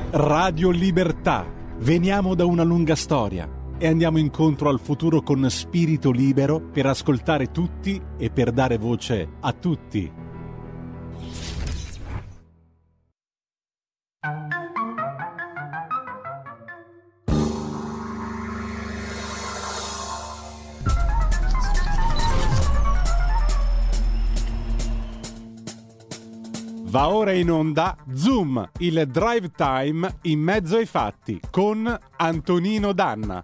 Radio Libertà. Veniamo da una lunga storia e andiamo incontro al futuro con spirito libero per ascoltare tutti e per dare voce a tutti. Va ora in onda Zoom, il drive time in mezzo ai fatti con Antonino Danna.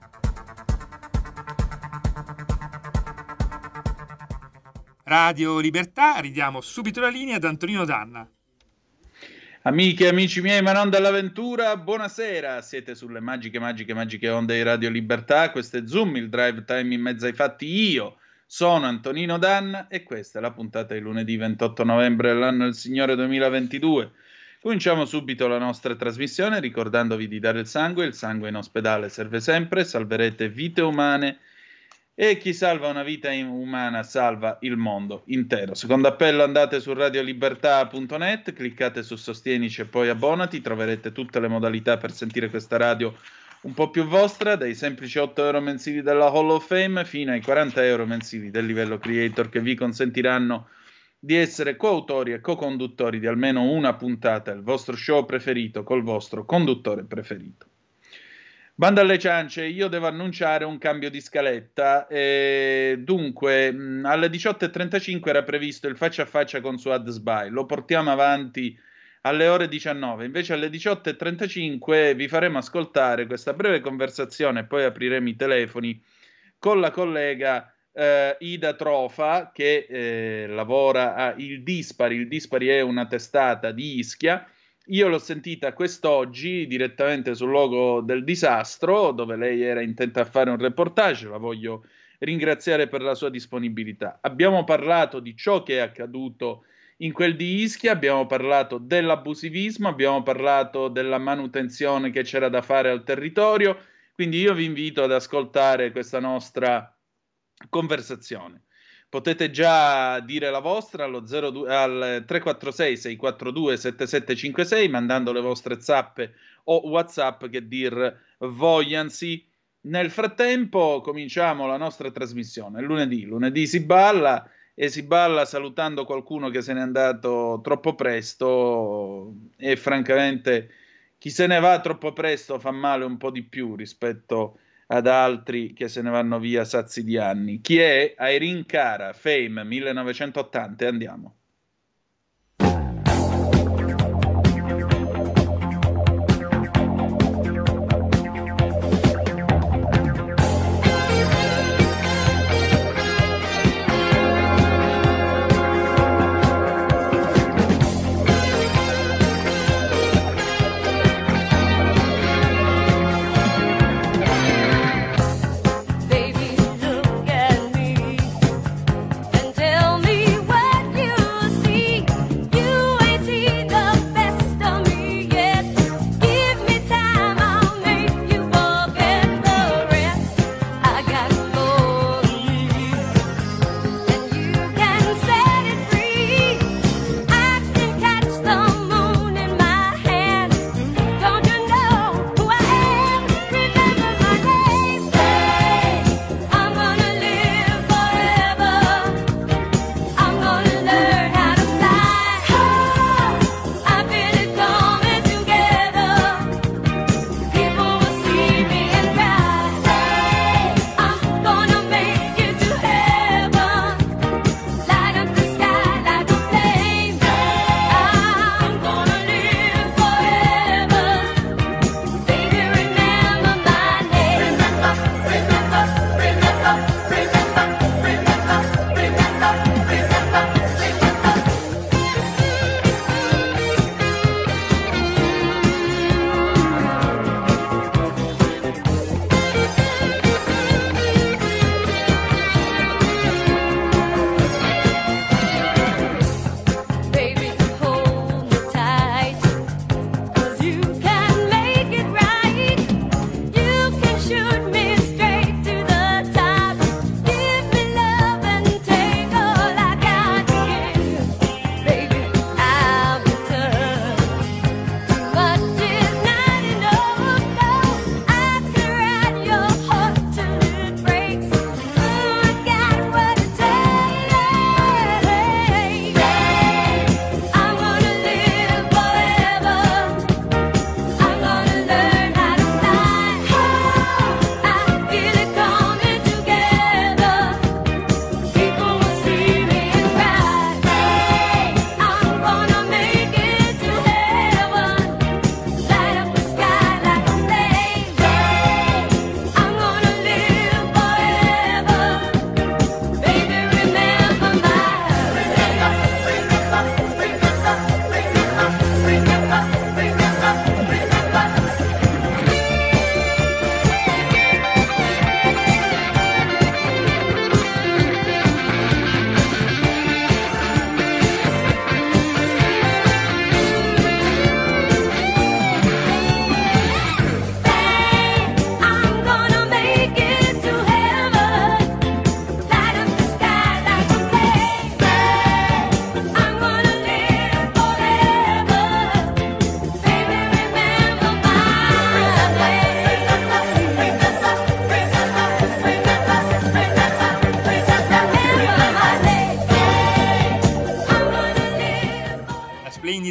Radio Libertà, ridiamo subito la linea ad Antonino Danna. Amiche e amici miei, ma non dall'avventura, buonasera, siete sulle magiche onde di Radio Libertà, questo è Zoom, il drive time in mezzo ai fatti. Io sono Antonino Danna e questa è la puntata di lunedì 28 novembre dell'anno del Signore 2022. Cominciamo subito la nostra trasmissione ricordandovi di dare il sangue in ospedale serve sempre, salverete vite umane e chi salva una vita umana salva il mondo intero. Secondo appello, andate su radiolibertà.net, cliccate su Sostienici e poi abbonati, troverete tutte le modalità per sentire questa radio un po' più vostra, dai semplici 8 euro mensili della Hall of Fame fino ai 40 euro mensili del livello creator, che vi consentiranno di essere coautori e co-conduttori di almeno una puntata del vostro show preferito col vostro conduttore preferito. Banda alle ciance, io devo annunciare un cambio di scaletta, dunque alle 18.35 era previsto il faccia a faccia con Suad Sbai, lo portiamo avanti alle ore 19, invece alle 18.35 vi faremo ascoltare questa breve conversazione e poi apriremo i telefoni con la collega Ida Trofa che lavora a Il Dispari. Il Dispari è una testata di Ischia. Io l'ho sentita quest'oggi direttamente sul luogo del disastro, dove lei era intenta a fare un reportage. La voglio ringraziare per la sua disponibilità. Abbiamo parlato di ciò che è accaduto in quel di Ischia, abbiamo parlato dell'abusivismo, abbiamo parlato della manutenzione che c'era da fare al territorio, quindi io vi invito ad ascoltare questa nostra conversazione. Potete già dire la vostra al 346 642 7756 mandando le vostre zappe o WhatsApp che dir vogliansi. Nel frattempo cominciamo la nostra trasmissione. Lunedì si balla e si balla salutando qualcuno che se n'è andato troppo presto e francamente chi se ne va troppo presto fa male un po' di più rispetto ad altri che se ne vanno via sazi di anni. Chi è? Irene Cara, Fame 1980, andiamo. Baby, look at me and tell me what you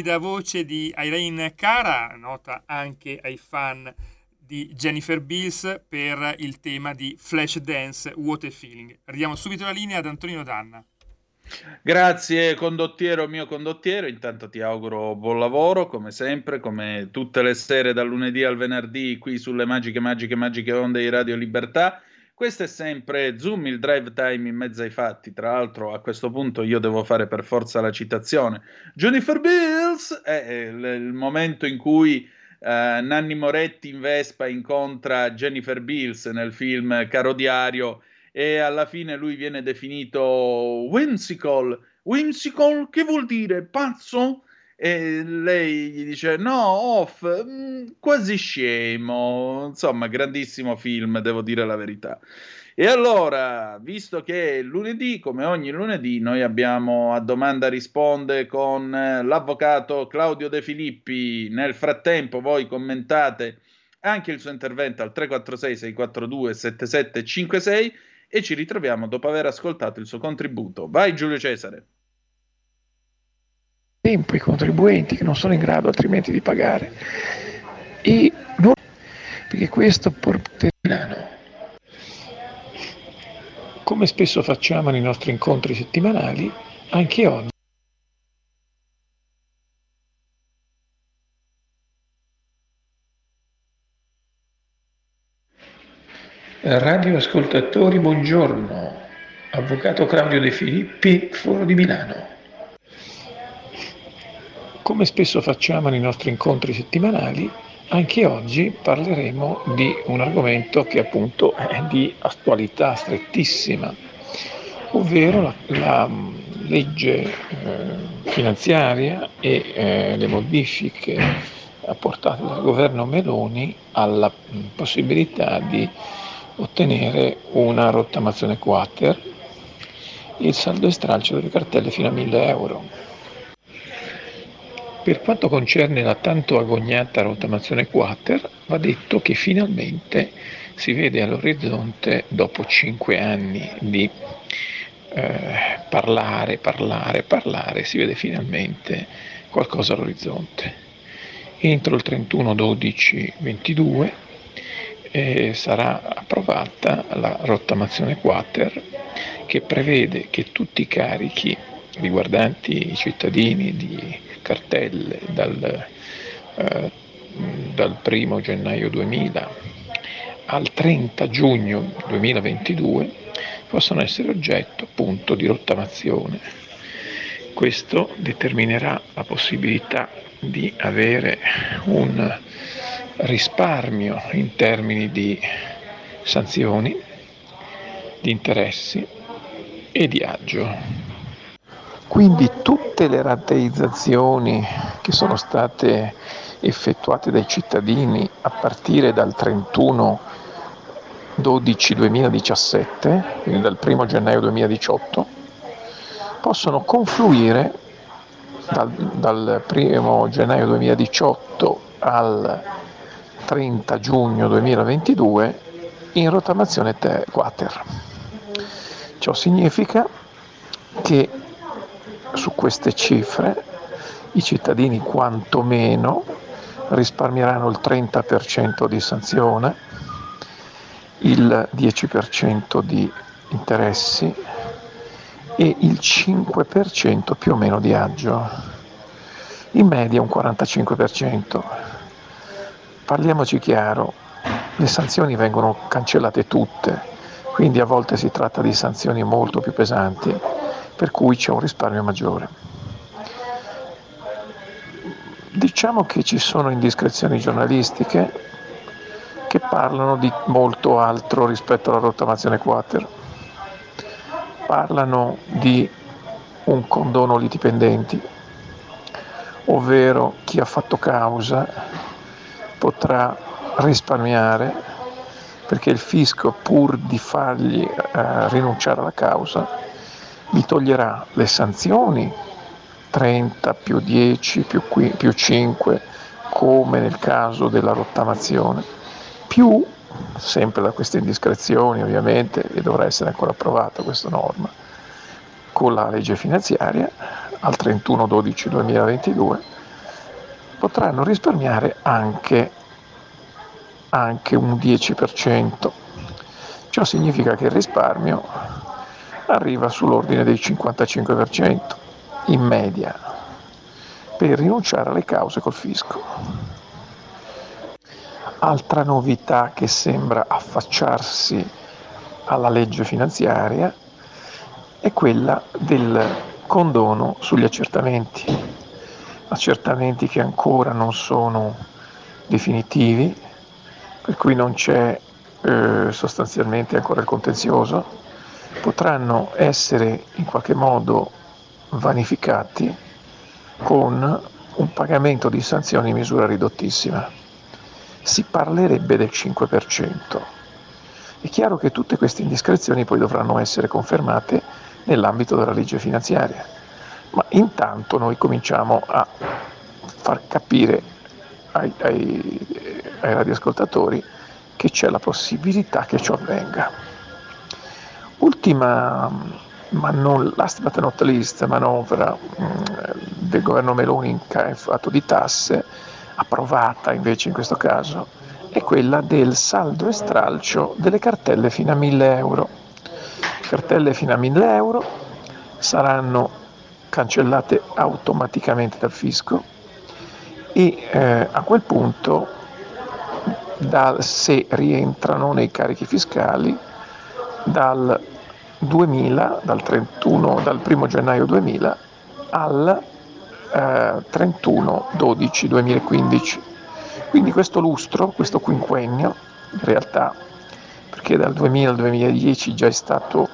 splendida voce di Irene Cara, nota anche ai fan di Jennifer Beals, per il tema di Flashdance What a Feeling. Ridiamo subito la linea ad Antonino Danna. Grazie condottiero, mio condottiero, intanto ti auguro buon lavoro come sempre, come tutte le sere dal lunedì al venerdì qui sulle magiche onde di Radio Libertà. Questo è sempre Zoom, il drive time in mezzo ai fatti. Tra l'altro a questo punto io devo fare per forza la citazione. Jennifer Beals è il momento in cui Nanni Moretti in Vespa incontra Jennifer Beals nel film Caro Diario, e alla fine lui viene definito whimsical. Whimsical che vuol dire? Pazzo? E lei gli dice no, off, quasi scemo. Insomma, grandissimo film, devo dire la verità. E allora, visto che è lunedì, come ogni lunedì, noi abbiamo A Domanda Risponde con l'avvocato Claudio De Filippi. Nel frattempo voi commentate anche il suo intervento al 346-642-7756 e ci ritroviamo dopo aver ascoltato il suo contributo. Vai Giulio Cesare. Tempo i contribuenti che non sono in grado altrimenti di pagare, perché questo porterà, come spesso facciamo nei nostri incontri settimanali, anche oggi. Radioascoltatori, buongiorno. Avvocato Claudio De Filippi, Foro di Milano. Come spesso facciamo nei nostri incontri settimanali, anche oggi parleremo di un argomento che appunto è di attualità strettissima, ovvero la legge finanziaria e le modifiche apportate dal governo Meloni alla possibilità di ottenere una rottamazione quater e il saldo e stralcio delle cartelle fino a 1.000 euro. Per quanto concerne la tanto agognata rottamazione quater, va detto che finalmente si vede all'orizzonte, dopo 5 anni di parlare, si vede finalmente qualcosa all'orizzonte. Entro il 31/12/22 sarà approvata la rottamazione quater, che prevede che tutti i carichi riguardanti i cittadini di cartelle dal 1 gennaio 2000 al 30 giugno 2022 possono essere oggetto appunto di rottamazione. Questo determinerà la possibilità di avere un risparmio in termini di sanzioni, di interessi e di aggio. Quindi tutte le rateizzazioni che sono state effettuate dai cittadini a partire dal 31/12/2017, quindi dal 1 gennaio 2018, possono confluire dal 1 gennaio 2018 al 30 giugno 2022 in rottamazione quater. Ciò significa che su queste cifre i cittadini quantomeno risparmieranno il 30% di sanzione, il 10% di interessi e il 5% più o meno di aggio, in media un 45%. Parliamoci chiaro, le sanzioni vengono cancellate tutte, quindi a volte si tratta di sanzioni molto più pesanti, per cui c'è un risparmio maggiore. Diciamo che ci sono indiscrezioni giornalistiche che parlano di molto altro rispetto alla rottamazione quater. Parlano di un condono litipendenti, ovvero chi ha fatto causa potrà risparmiare perché il fisco, pur di fargli rinunciare alla causa, gli toglierà le sanzioni, 30 più 10 più 5, come nel caso della rottamazione, più, sempre da queste indiscrezioni ovviamente, e dovrà essere ancora approvata questa norma, con la legge finanziaria al 31/12/2022 potranno risparmiare anche un 10%. Ciò significa che il risparmio arriva sull'ordine del 55% in media per rinunciare alle cause col fisco. Altra novità che sembra affacciarsi alla legge finanziaria è quella del condono sugli accertamenti che ancora non sono definitivi, per cui non c'è sostanzialmente ancora il contenzioso, potranno essere in qualche modo vanificati con un pagamento di sanzioni in misura ridottissima. Si parlerebbe del 5%. È chiaro che tutte queste indiscrezioni poi dovranno essere confermate nell'ambito della legge finanziaria, ma intanto noi cominciamo a far capire ai radioascoltatori che c'è la possibilità che ciò avvenga. Ultima, ma non last but not least, manovra del governo Meloni in fatto di tasse, approvata invece in questo caso, è quella del saldo e stralcio delle cartelle fino a 1.000 euro. Cartelle fino a 1.000 euro saranno cancellate automaticamente dal fisco e a quel punto, se rientrano nei carichi fiscali, dal 1 gennaio 2000 al 31/12/2015. Quindi questo lustro, questo quinquennio, in realtà, perché dal 2000 al 2010 è già stato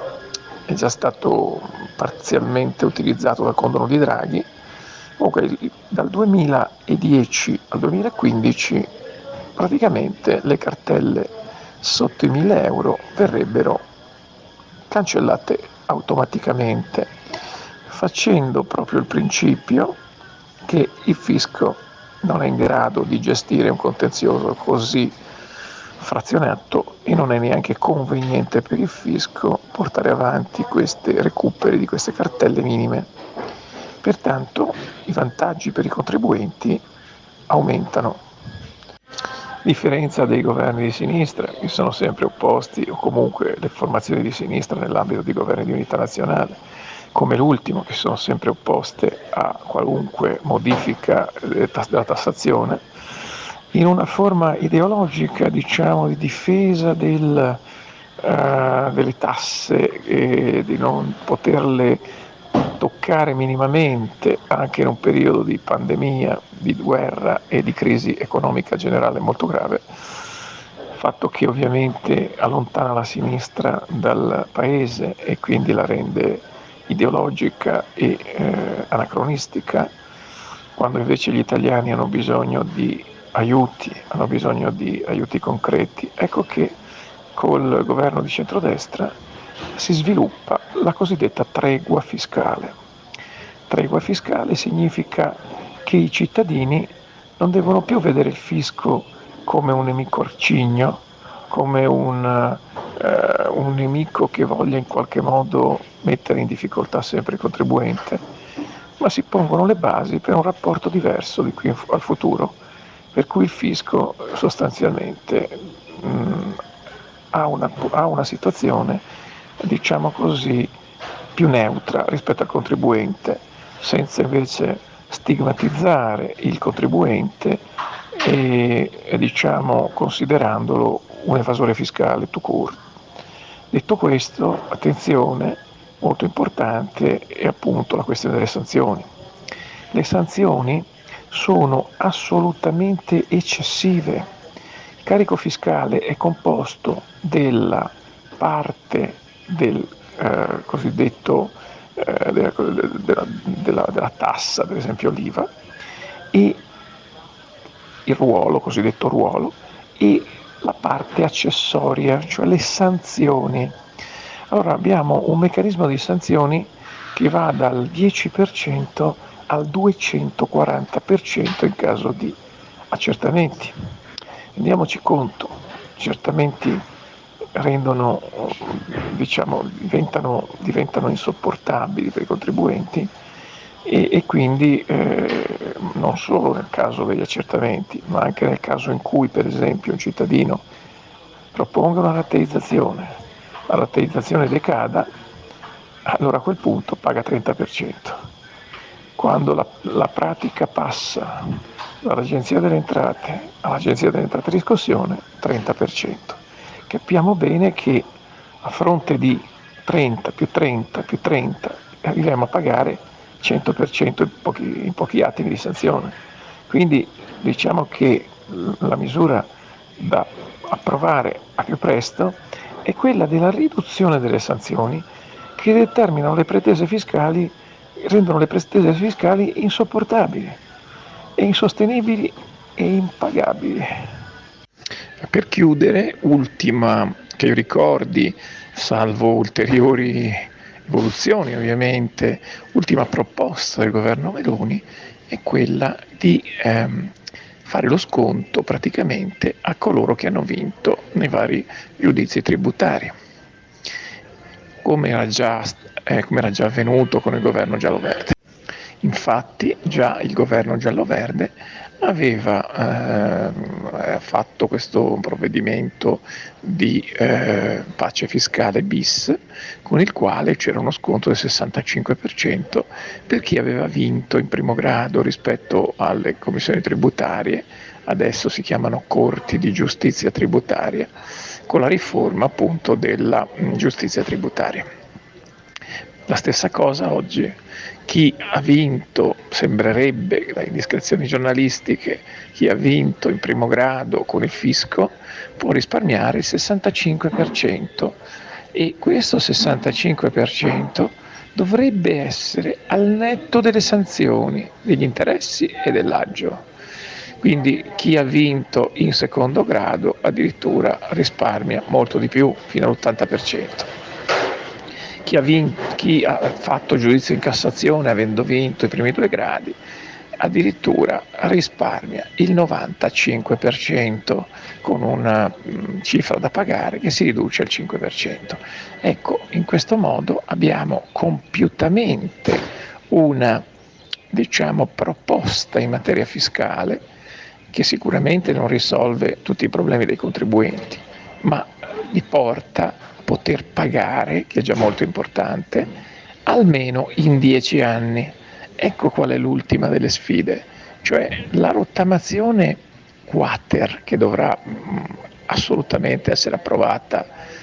parzialmente utilizzato dal condono di Draghi, comunque dal 2010 al 2015 praticamente le cartelle sotto i 1.000 euro verrebbero cancellate automaticamente, facendo proprio il principio che il fisco non è in grado di gestire un contenzioso così frazionato e non è neanche conveniente per il fisco portare avanti questi recuperi di queste cartelle minime. Pertanto i vantaggi per i contribuenti aumentano. A differenza dei governi di sinistra, che sono sempre opposti, o comunque le formazioni di sinistra nell'ambito di governi di unità nazionale, come l'ultimo, che sono sempre opposte a qualunque modifica della tassazione, in una forma ideologica, diciamo, di difesa delle tasse e di non poterle toccare minimamente anche in un periodo di pandemia, di guerra e di crisi economica generale molto grave, fatto che ovviamente allontana la sinistra dal paese e quindi la rende ideologica e anacronistica, quando invece gli italiani hanno bisogno di aiuti concreti. Ecco che col governo di centrodestra si sviluppa la cosiddetta tregua fiscale. Tregua fiscale significa che i cittadini non devono più vedere il fisco come un nemico arcigno, come un nemico che voglia in qualche modo mettere in difficoltà sempre il contribuente, ma si pongono le basi per un rapporto diverso di qui al futuro, per cui il fisco sostanzialmente ha una situazione, diciamo così, più neutra rispetto al contribuente, senza invece stigmatizzare il contribuente e diciamo considerandolo un evasore fiscale tout court. Detto questo, attenzione, molto importante è appunto la questione delle sanzioni. Le sanzioni sono assolutamente eccessive. Il carico fiscale è composto della parte del cosiddetto della tassa, per esempio l'IVA, e il cosiddetto ruolo, e la parte accessoria, cioè le sanzioni. Allora abbiamo un meccanismo di sanzioni che va dal 10% al 240% in caso di accertamenti. Rendiamoci conto, accertamenti diventano insopportabili per i contribuenti e quindi non solo nel caso degli accertamenti, ma anche nel caso in cui per esempio un cittadino proponga una rateizzazione, la rateizzazione decada, allora a quel punto paga 30%. Quando la pratica passa dall'Agenzia delle Entrate all'Agenzia delle Entrate di riscossione, 30%. Capiamo bene che a fronte di 30 più 30 più 30 arriviamo a pagare 100% in pochi attimi di sanzione. Quindi diciamo che la misura da approvare a più presto è quella della riduzione delle sanzioni che determinano le pretese fiscali, rendono le pretese fiscali insopportabili, e insostenibili e impagabili. Per chiudere, ultima che io ricordi, salvo ulteriori evoluzioni ovviamente, ultima proposta del governo Meloni è quella di fare lo sconto praticamente a coloro che hanno vinto nei vari giudizi tributari, come era già avvenuto con il governo giallo-verde. Infatti già il governo giallo-verde aveva fatto questo provvedimento di pace fiscale bis, con il quale c'era uno sconto del 65% per chi aveva vinto in primo grado rispetto alle commissioni tributarie, adesso si chiamano corti di giustizia tributaria, con la riforma appunto della giustizia tributaria. La stessa cosa oggi. Chi ha vinto, sembrerebbe da indiscrezioni giornalistiche, chi ha vinto in primo grado con il fisco può risparmiare il 65%, e questo 65% dovrebbe essere al netto delle sanzioni, degli interessi e dell'aggio. Quindi chi ha vinto in secondo grado addirittura risparmia molto di più, fino all'80%. Chi ha fatto giudizio in Cassazione avendo vinto i primi 2 gradi addirittura risparmia il 95% con una cifra da pagare che si riduce al 5%. Ecco, in questo modo abbiamo compiutamente una, proposta in materia fiscale che sicuramente non risolve tutti i problemi dei contribuenti, ma li porta a poter pagare, che è già molto importante, almeno in 10 anni. Ecco qual è l'ultima delle sfide, cioè la rottamazione quater, che dovrà assolutamente essere approvata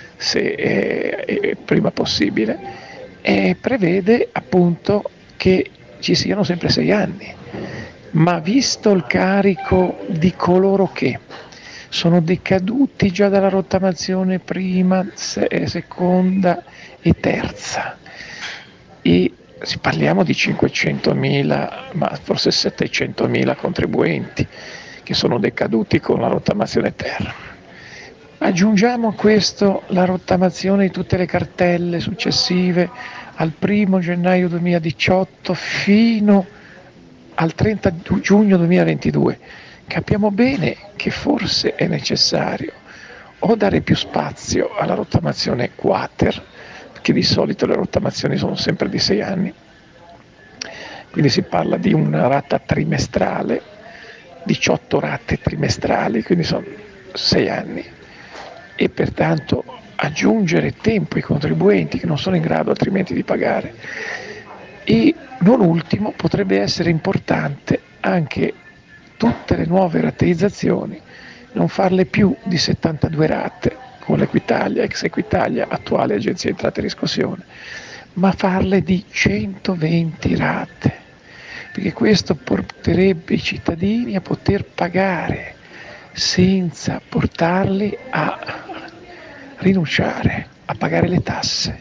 prima possibile, prevede appunto che ci siano sempre 6 anni, ma visto il carico di coloro che sono decaduti già dalla rottamazione prima, seconda e terza, e parliamo di 500.000, ma forse 700.000 contribuenti che sono decaduti con la rottamazione ter. Aggiungiamo a questo la rottamazione di tutte le cartelle successive al 1 gennaio 2018 fino al 30 giugno 2022. Capiamo bene che forse è necessario o dare più spazio alla rottamazione quater, perché di solito le rottamazioni sono sempre di 6 anni, quindi si parla di una rata trimestrale, 18 rate trimestrali, quindi sono 6 anni, e pertanto aggiungere tempo ai contribuenti che non sono in grado altrimenti di pagare. E non ultimo potrebbe essere importante anche tutte le nuove rateizzazioni non farle più di 72 rate con l'Equitalia, ex Equitalia, attuale Agenzia di Entrate e Riscossione, ma farle di 120 rate, perché questo porterebbe i cittadini a poter pagare senza portarli a rinunciare a pagare le tasse.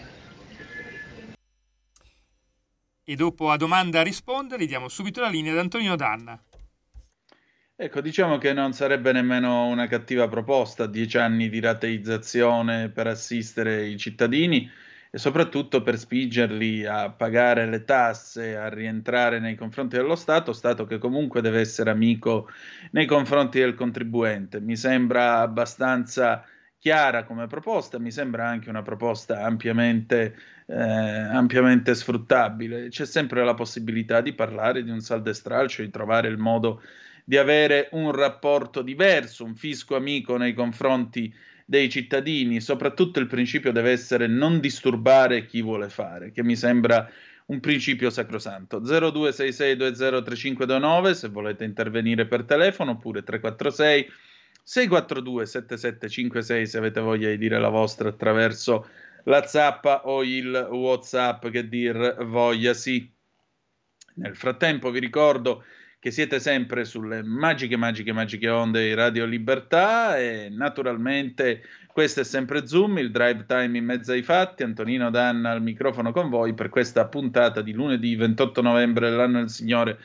E dopo a domanda a rispondere diamo subito la linea ad Antonino Danna. Ecco, diciamo che non sarebbe nemmeno una cattiva proposta, 10 anni di rateizzazione per assistere i cittadini e soprattutto per spingerli a pagare le tasse, a rientrare nei confronti dello Stato che comunque deve essere amico nei confronti del contribuente. Mi sembra abbastanza chiara come proposta, mi sembra anche una proposta ampiamente sfruttabile. C'è sempre la possibilità di parlare di un saldo e stralcio, di trovare il modo di avere un rapporto diverso, un fisco amico nei confronti dei cittadini. Soprattutto il principio deve essere non disturbare chi vuole fare, che mi sembra un principio sacrosanto. 0266203529 se volete intervenire per telefono, oppure 346 642 7756 se avete voglia di dire la vostra attraverso la zappa o il WhatsApp, che dir voglia sì. Nel frattempo vi ricordo che siete sempre sulle magiche onde di Radio Libertà, e naturalmente questo è sempre Zoom, il drive time in mezzo ai fatti. Antonino Danna al microfono con voi per questa puntata di lunedì 28 novembre dell'anno del Signore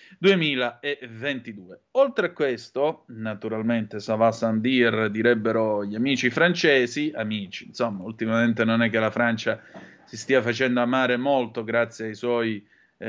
2022. Oltre a questo, naturalmente, ça va sans dire, direbbero gli amici francesi, amici, insomma, ultimamente non è che la Francia si stia facendo amare molto grazie ai suoi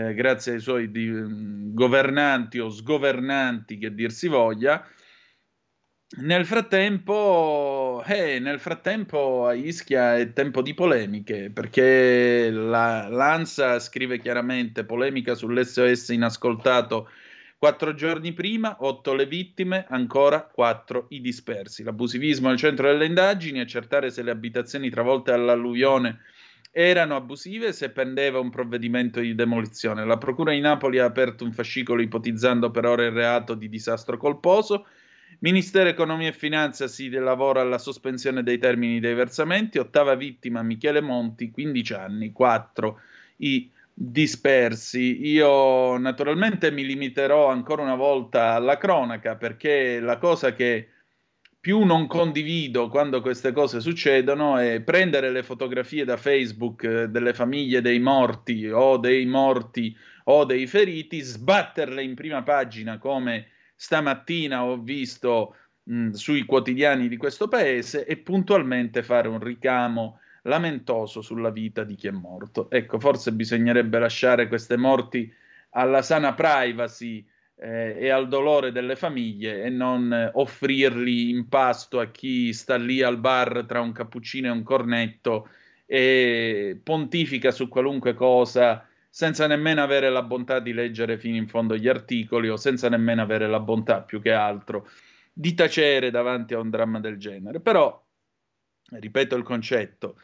governanti o sgovernanti, che dir si voglia. Nel frattempo a Ischia è tempo di polemiche, perché l'ANSA scrive chiaramente: polemica sull'SOS inascoltato 4 giorni prima, 8 le vittime, ancora 4 i dispersi. L'abusivismo al centro delle indagini, accertare se le abitazioni travolte all'alluvione erano abusive, se pendeva un provvedimento di demolizione. La Procura di Napoli ha aperto un fascicolo ipotizzando per ora il reato di disastro colposo. Ministero Economia e Finanza si lavora alla sospensione dei termini dei versamenti. 8ª vittima Michele Monti, 15 anni, 4 i dispersi. Io naturalmente mi limiterò ancora una volta alla cronaca, perché la cosa che più non condivido quando queste cose succedono è prendere le fotografie da Facebook delle famiglie dei morti o dei feriti, sbatterle in prima pagina, come stamattina ho visto sui quotidiani di questo paese, e puntualmente fare un ricamo lamentoso sulla vita di chi è morto. Ecco, forse bisognerebbe lasciare queste morti alla sana privacy e al dolore delle famiglie, e non offrirli in pasto a chi sta lì al bar tra un cappuccino e un cornetto e pontifica su qualunque cosa, senza nemmeno avere la bontà di leggere fino in fondo gli articoli, o senza nemmeno avere la bontà, più che altro, di tacere davanti a un dramma del genere. Però, ripeto il concetto,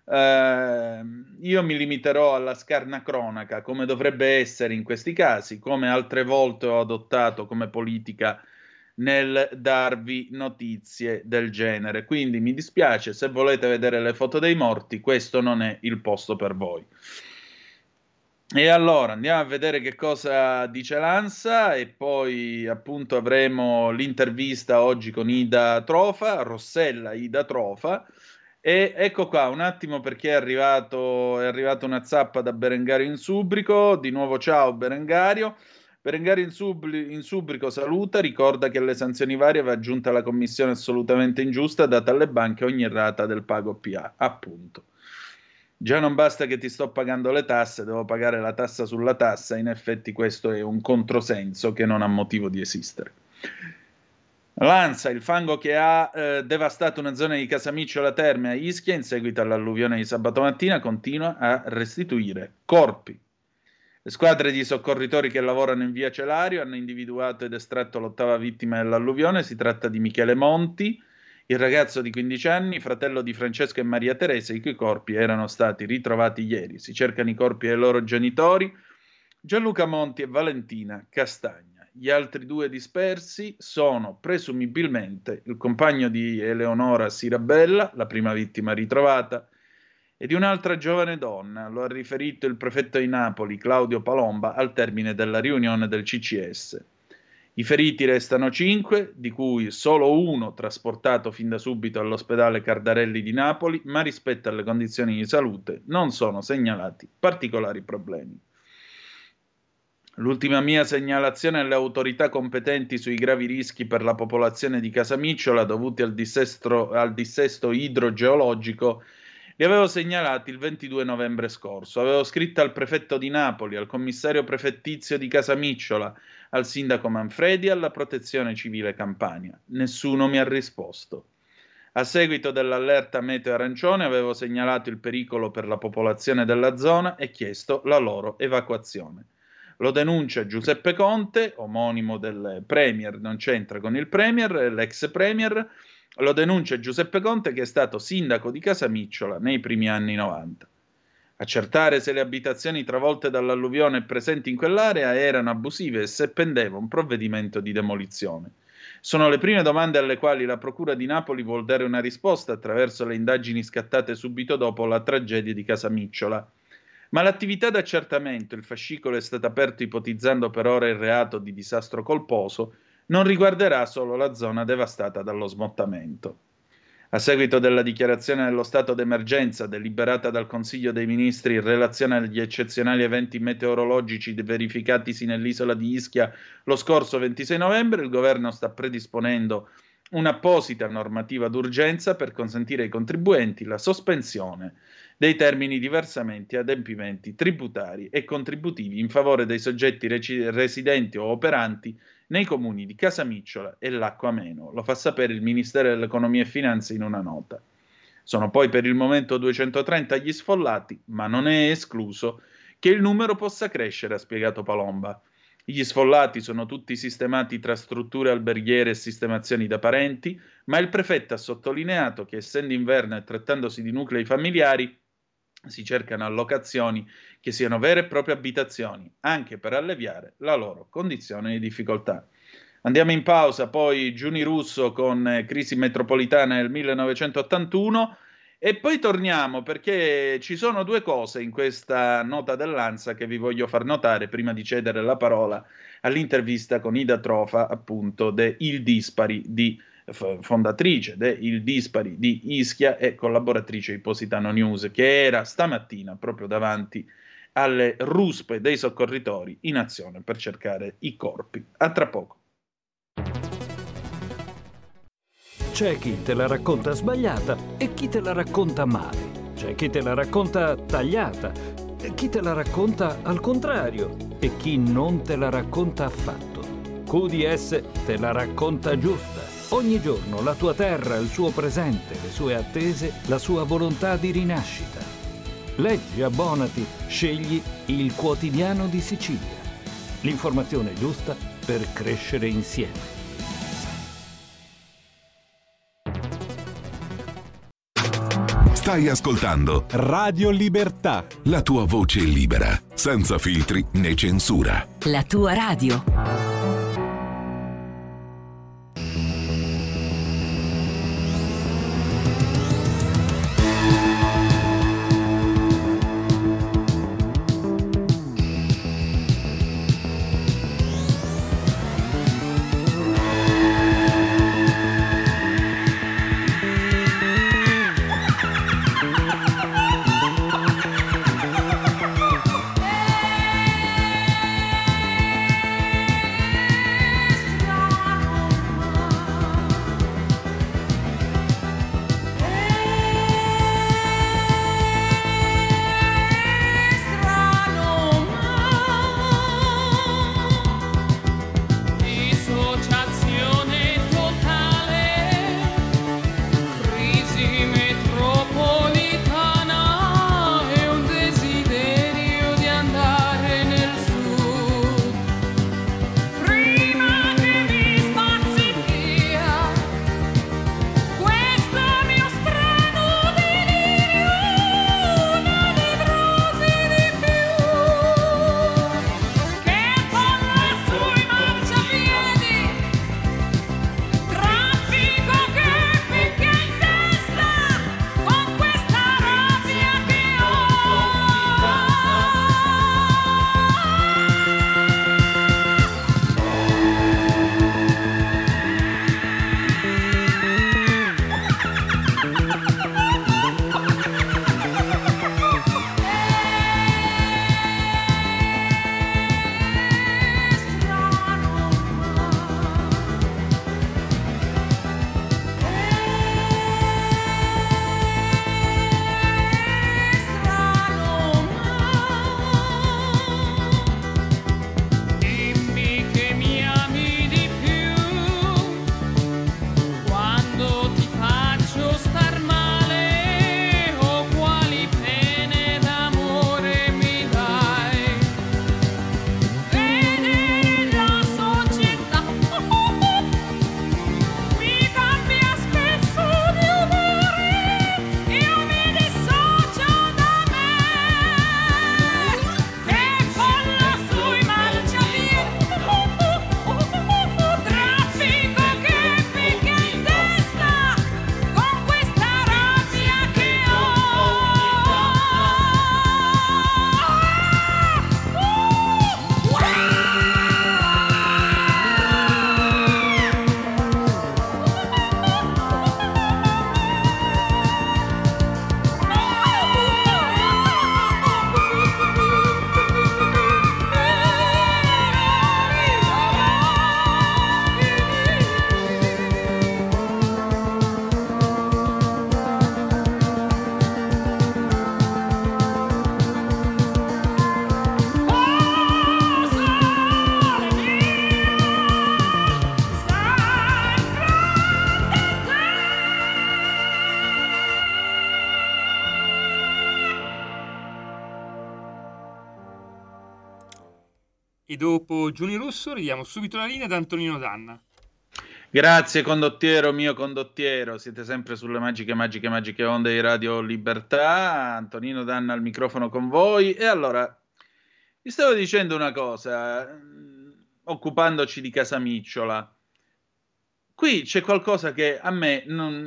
io mi limiterò alla scarna cronaca, come dovrebbe essere in questi casi, come altre volte ho adottato come politica nel darvi notizie del genere. Quindi mi dispiace, se volete vedere le foto dei morti, questo non è il posto per voi. E allora andiamo a vedere che cosa dice l'ANSA, e poi appunto avremo l'intervista oggi con Ida Trofa, Rossella Ida Trofa. E ecco qua, un attimo, perché è arrivata una zappa da Berengario in Subrico. Di nuovo ciao Berengario. Berengario in Subrico saluta, ricorda che alle sanzioni varie va aggiunta la commissione assolutamente ingiusta data alle banche ogni rata del pago PA, appunto. Già non basta che ti sto pagando le tasse, devo pagare la tassa sulla tassa. In effetti questo è un controsenso che non ha motivo di esistere. L'ANSA, il fango che ha devastato una zona di Casamicciola Terme a Ischia in seguito all'alluvione di sabato mattina continua a restituire corpi. Le squadre di soccorritori che lavorano in via Celario hanno individuato ed estratto l'8ª vittima dell'alluvione. Si tratta di Michele Monti, il ragazzo di 15 anni, fratello di Francesco e Maria Teresa, i cui corpi erano stati ritrovati ieri. Si cercano i corpi dei loro genitori, Gianluca Monti e Valentina Castagna. Gli altri 2 dispersi sono presumibilmente il compagno di Eleonora Sirabella, la prima vittima ritrovata, e di un'altra giovane donna. Lo ha riferito il prefetto di Napoli, Claudio Palomba, al termine della riunione del CCS. I feriti restano 5, di cui solo 1 trasportato fin da subito all'ospedale Cardarelli di Napoli, ma rispetto alle condizioni di salute non sono segnalati particolari problemi. L'ultima mia segnalazione alle autorità competenti sui gravi rischi per la popolazione di Casamicciola dovuti al dissesto idrogeologico li avevo segnalati il 22 novembre scorso. Avevo scritto al prefetto di Napoli, al commissario prefettizio di Casamicciola, al sindaco Manfredi e alla protezione civile Campania. Nessuno mi ha risposto. A seguito dell'allerta meteo arancione avevo segnalato il pericolo per la popolazione della zona e chiesto la loro evacuazione. Lo denuncia Giuseppe Conte, omonimo del Premier, non c'entra con il Premier, l'ex Premier, lo denuncia Giuseppe Conte che è stato sindaco di Casamicciola nei primi anni 90. Accertare se le abitazioni travolte dall'alluvione presenti in quell'area erano abusive e se pendeva un provvedimento di demolizione. Sono le prime domande alle quali la Procura di Napoli vuol dare una risposta attraverso le indagini scattate subito dopo la tragedia di Casamicciola. Ma l'attività d'accertamento, il fascicolo è stato aperto ipotizzando per ora il reato di disastro colposo, non riguarderà solo la zona devastata dallo smottamento. A seguito della dichiarazione dello stato d'emergenza deliberata dal Consiglio dei Ministri in relazione agli eccezionali eventi meteorologici verificatisi nell'isola di Ischia lo scorso 26 novembre, il governo sta predisponendo un'apposita normativa d'urgenza per consentire ai contribuenti la sospensione dei termini di versamenti e adempimenti tributari e contributivi in favore dei soggetti residenti o operanti nei comuni di Casamicciola e Lacco Ameno. Lo fa sapere il Ministero dell'Economia e Finanze in una nota. Sono poi per il momento 230 gli sfollati, ma non è escluso che il numero possa crescere, ha spiegato Palomba. Gli sfollati sono tutti sistemati tra strutture alberghiere e sistemazioni da parenti, ma il prefetto ha sottolineato che essendo inverno e trattandosi di nuclei familiari, si cercano allocazioni che siano vere e proprie abitazioni, anche per alleviare la loro condizione di difficoltà. Andiamo in pausa, poi Giuni Russo con Crisi metropolitana nel 1981 e poi torniamo perché ci sono due cose in questa nota dell'ANSA che vi voglio far notare prima di cedere la parola all'intervista con Ida Trofa, appunto, Il Dispari di fondatrice Il Dispari di Ischia e collaboratrice di Positano News, che era stamattina proprio davanti alle ruspe dei soccorritori in azione per cercare i corpi. A tra poco. C'è chi te la racconta sbagliata e chi te la racconta male. C'è chi te la racconta tagliata e chi te la racconta al contrario e chi non te la racconta affatto. QDS te la racconta giusta. Ogni giorno la tua terra, il suo presente, le sue attese, la sua volontà di rinascita. Leggi, abbonati, scegli il Quotidiano di Sicilia. L'informazione giusta per crescere insieme. Stai ascoltando Radio Libertà. La tua voce libera, senza filtri né censura. La tua radio. E dopo Giuni Russo ridiamo subito la linea ad Antonino Danna. Grazie condottiero, mio condottiero, siete sempre sulle magiche onde di Radio Libertà. Antonino Danna al microfono con voi. E allora, vi stavo dicendo una cosa, occupandoci di Casamicciola. Qui c'è qualcosa che a me,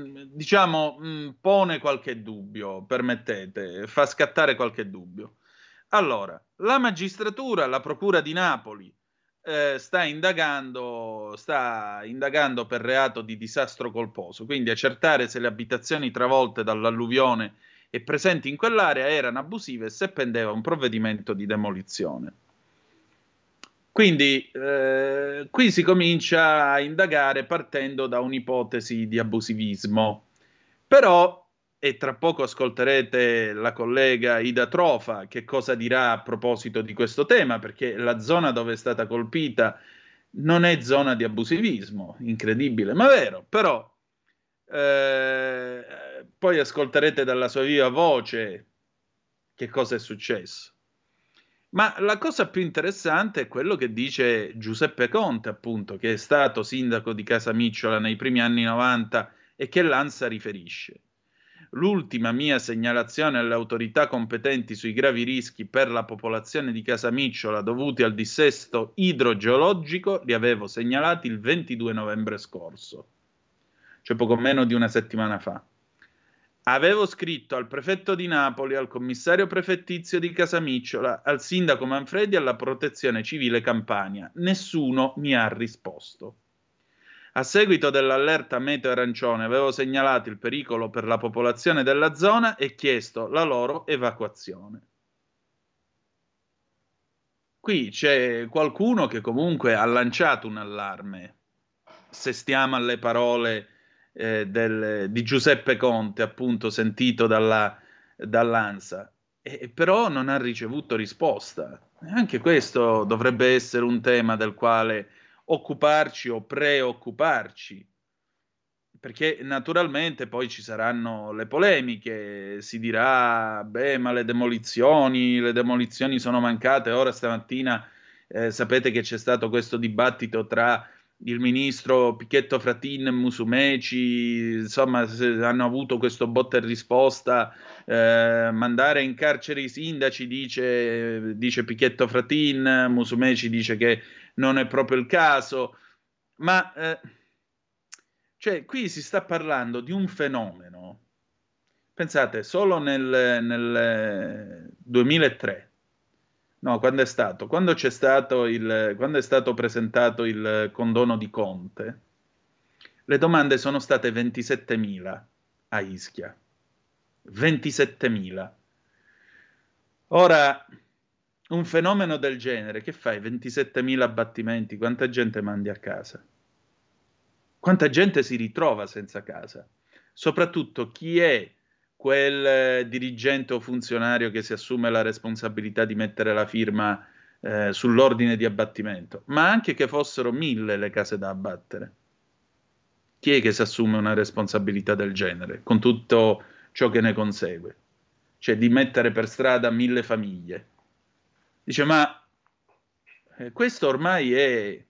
pone qualche dubbio, permettete, fa scattare qualche dubbio. Allora, la magistratura, la procura di Napoli, sta indagando per reato di disastro colposo, quindi accertare se le abitazioni travolte dall'alluvione e presenti in quell'area erano abusive e se pendeva un provvedimento di demolizione. Quindi qui si comincia a indagare partendo da un'ipotesi di abusivismo. Però, e tra poco ascolterete la collega Ida Trofa che cosa dirà a proposito di questo tema, perché la zona dove è stata colpita non è zona di abusivismo, incredibile ma vero, però poi ascolterete dalla sua viva voce che cosa è successo. Ma la cosa più interessante è quello che dice Giuseppe Conte, appunto, che è stato sindaco di Casamicciola nei primi anni 90 e che l'ANSA riferisce. L'ultima mia segnalazione alle autorità competenti sui gravi rischi per la popolazione di Casamicciola dovuti al dissesto idrogeologico li avevo segnalati il 22 novembre scorso, cioè poco meno di una settimana fa. Avevo scritto al prefetto di Napoli, al commissario prefettizio di Casamicciola, al sindaco Manfredi e alla protezione civile Campania. Nessuno mi ha risposto. A seguito dell'allerta meteo arancione avevo segnalato il pericolo per la popolazione della zona e chiesto la loro evacuazione. Qui c'è qualcuno che comunque ha lanciato un allarme, se stiamo alle parole di Giuseppe Conte, appunto sentito dall'ANSA, però non ha ricevuto risposta. Anche questo dovrebbe essere un tema del quale occuparci o preoccuparci, perché naturalmente poi ci saranno le polemiche, si dirà, beh, ma le demolizioni sono mancate. Ora stamattina sapete che c'è stato questo dibattito tra il ministro Pichetto Fratin e Musumeci, insomma hanno avuto questo botta e risposta, mandare in carcere i sindaci dice Pichetto Fratin, Musumeci dice che non è proprio il caso, ma cioè qui si sta parlando di un fenomeno. Pensate, solo nel 2003, no, quando è stato? Quando è stato presentato il condono di Conte, le domande sono state 27.000 a Ischia. 27.000. Ora, un fenomeno del genere, che fai? 27.000 abbattimenti, quanta gente mandi a casa? Quanta gente si ritrova senza casa? Soprattutto chi è quel dirigente o funzionario che si assume la responsabilità di mettere la firma sull'ordine di abbattimento, ma anche che fossero 1.000 le case da abbattere. Chi è che si assume una responsabilità del genere, con tutto ciò che ne consegue? Cioè di mettere per strada 1.000 famiglie. Dice, ma questo ormai è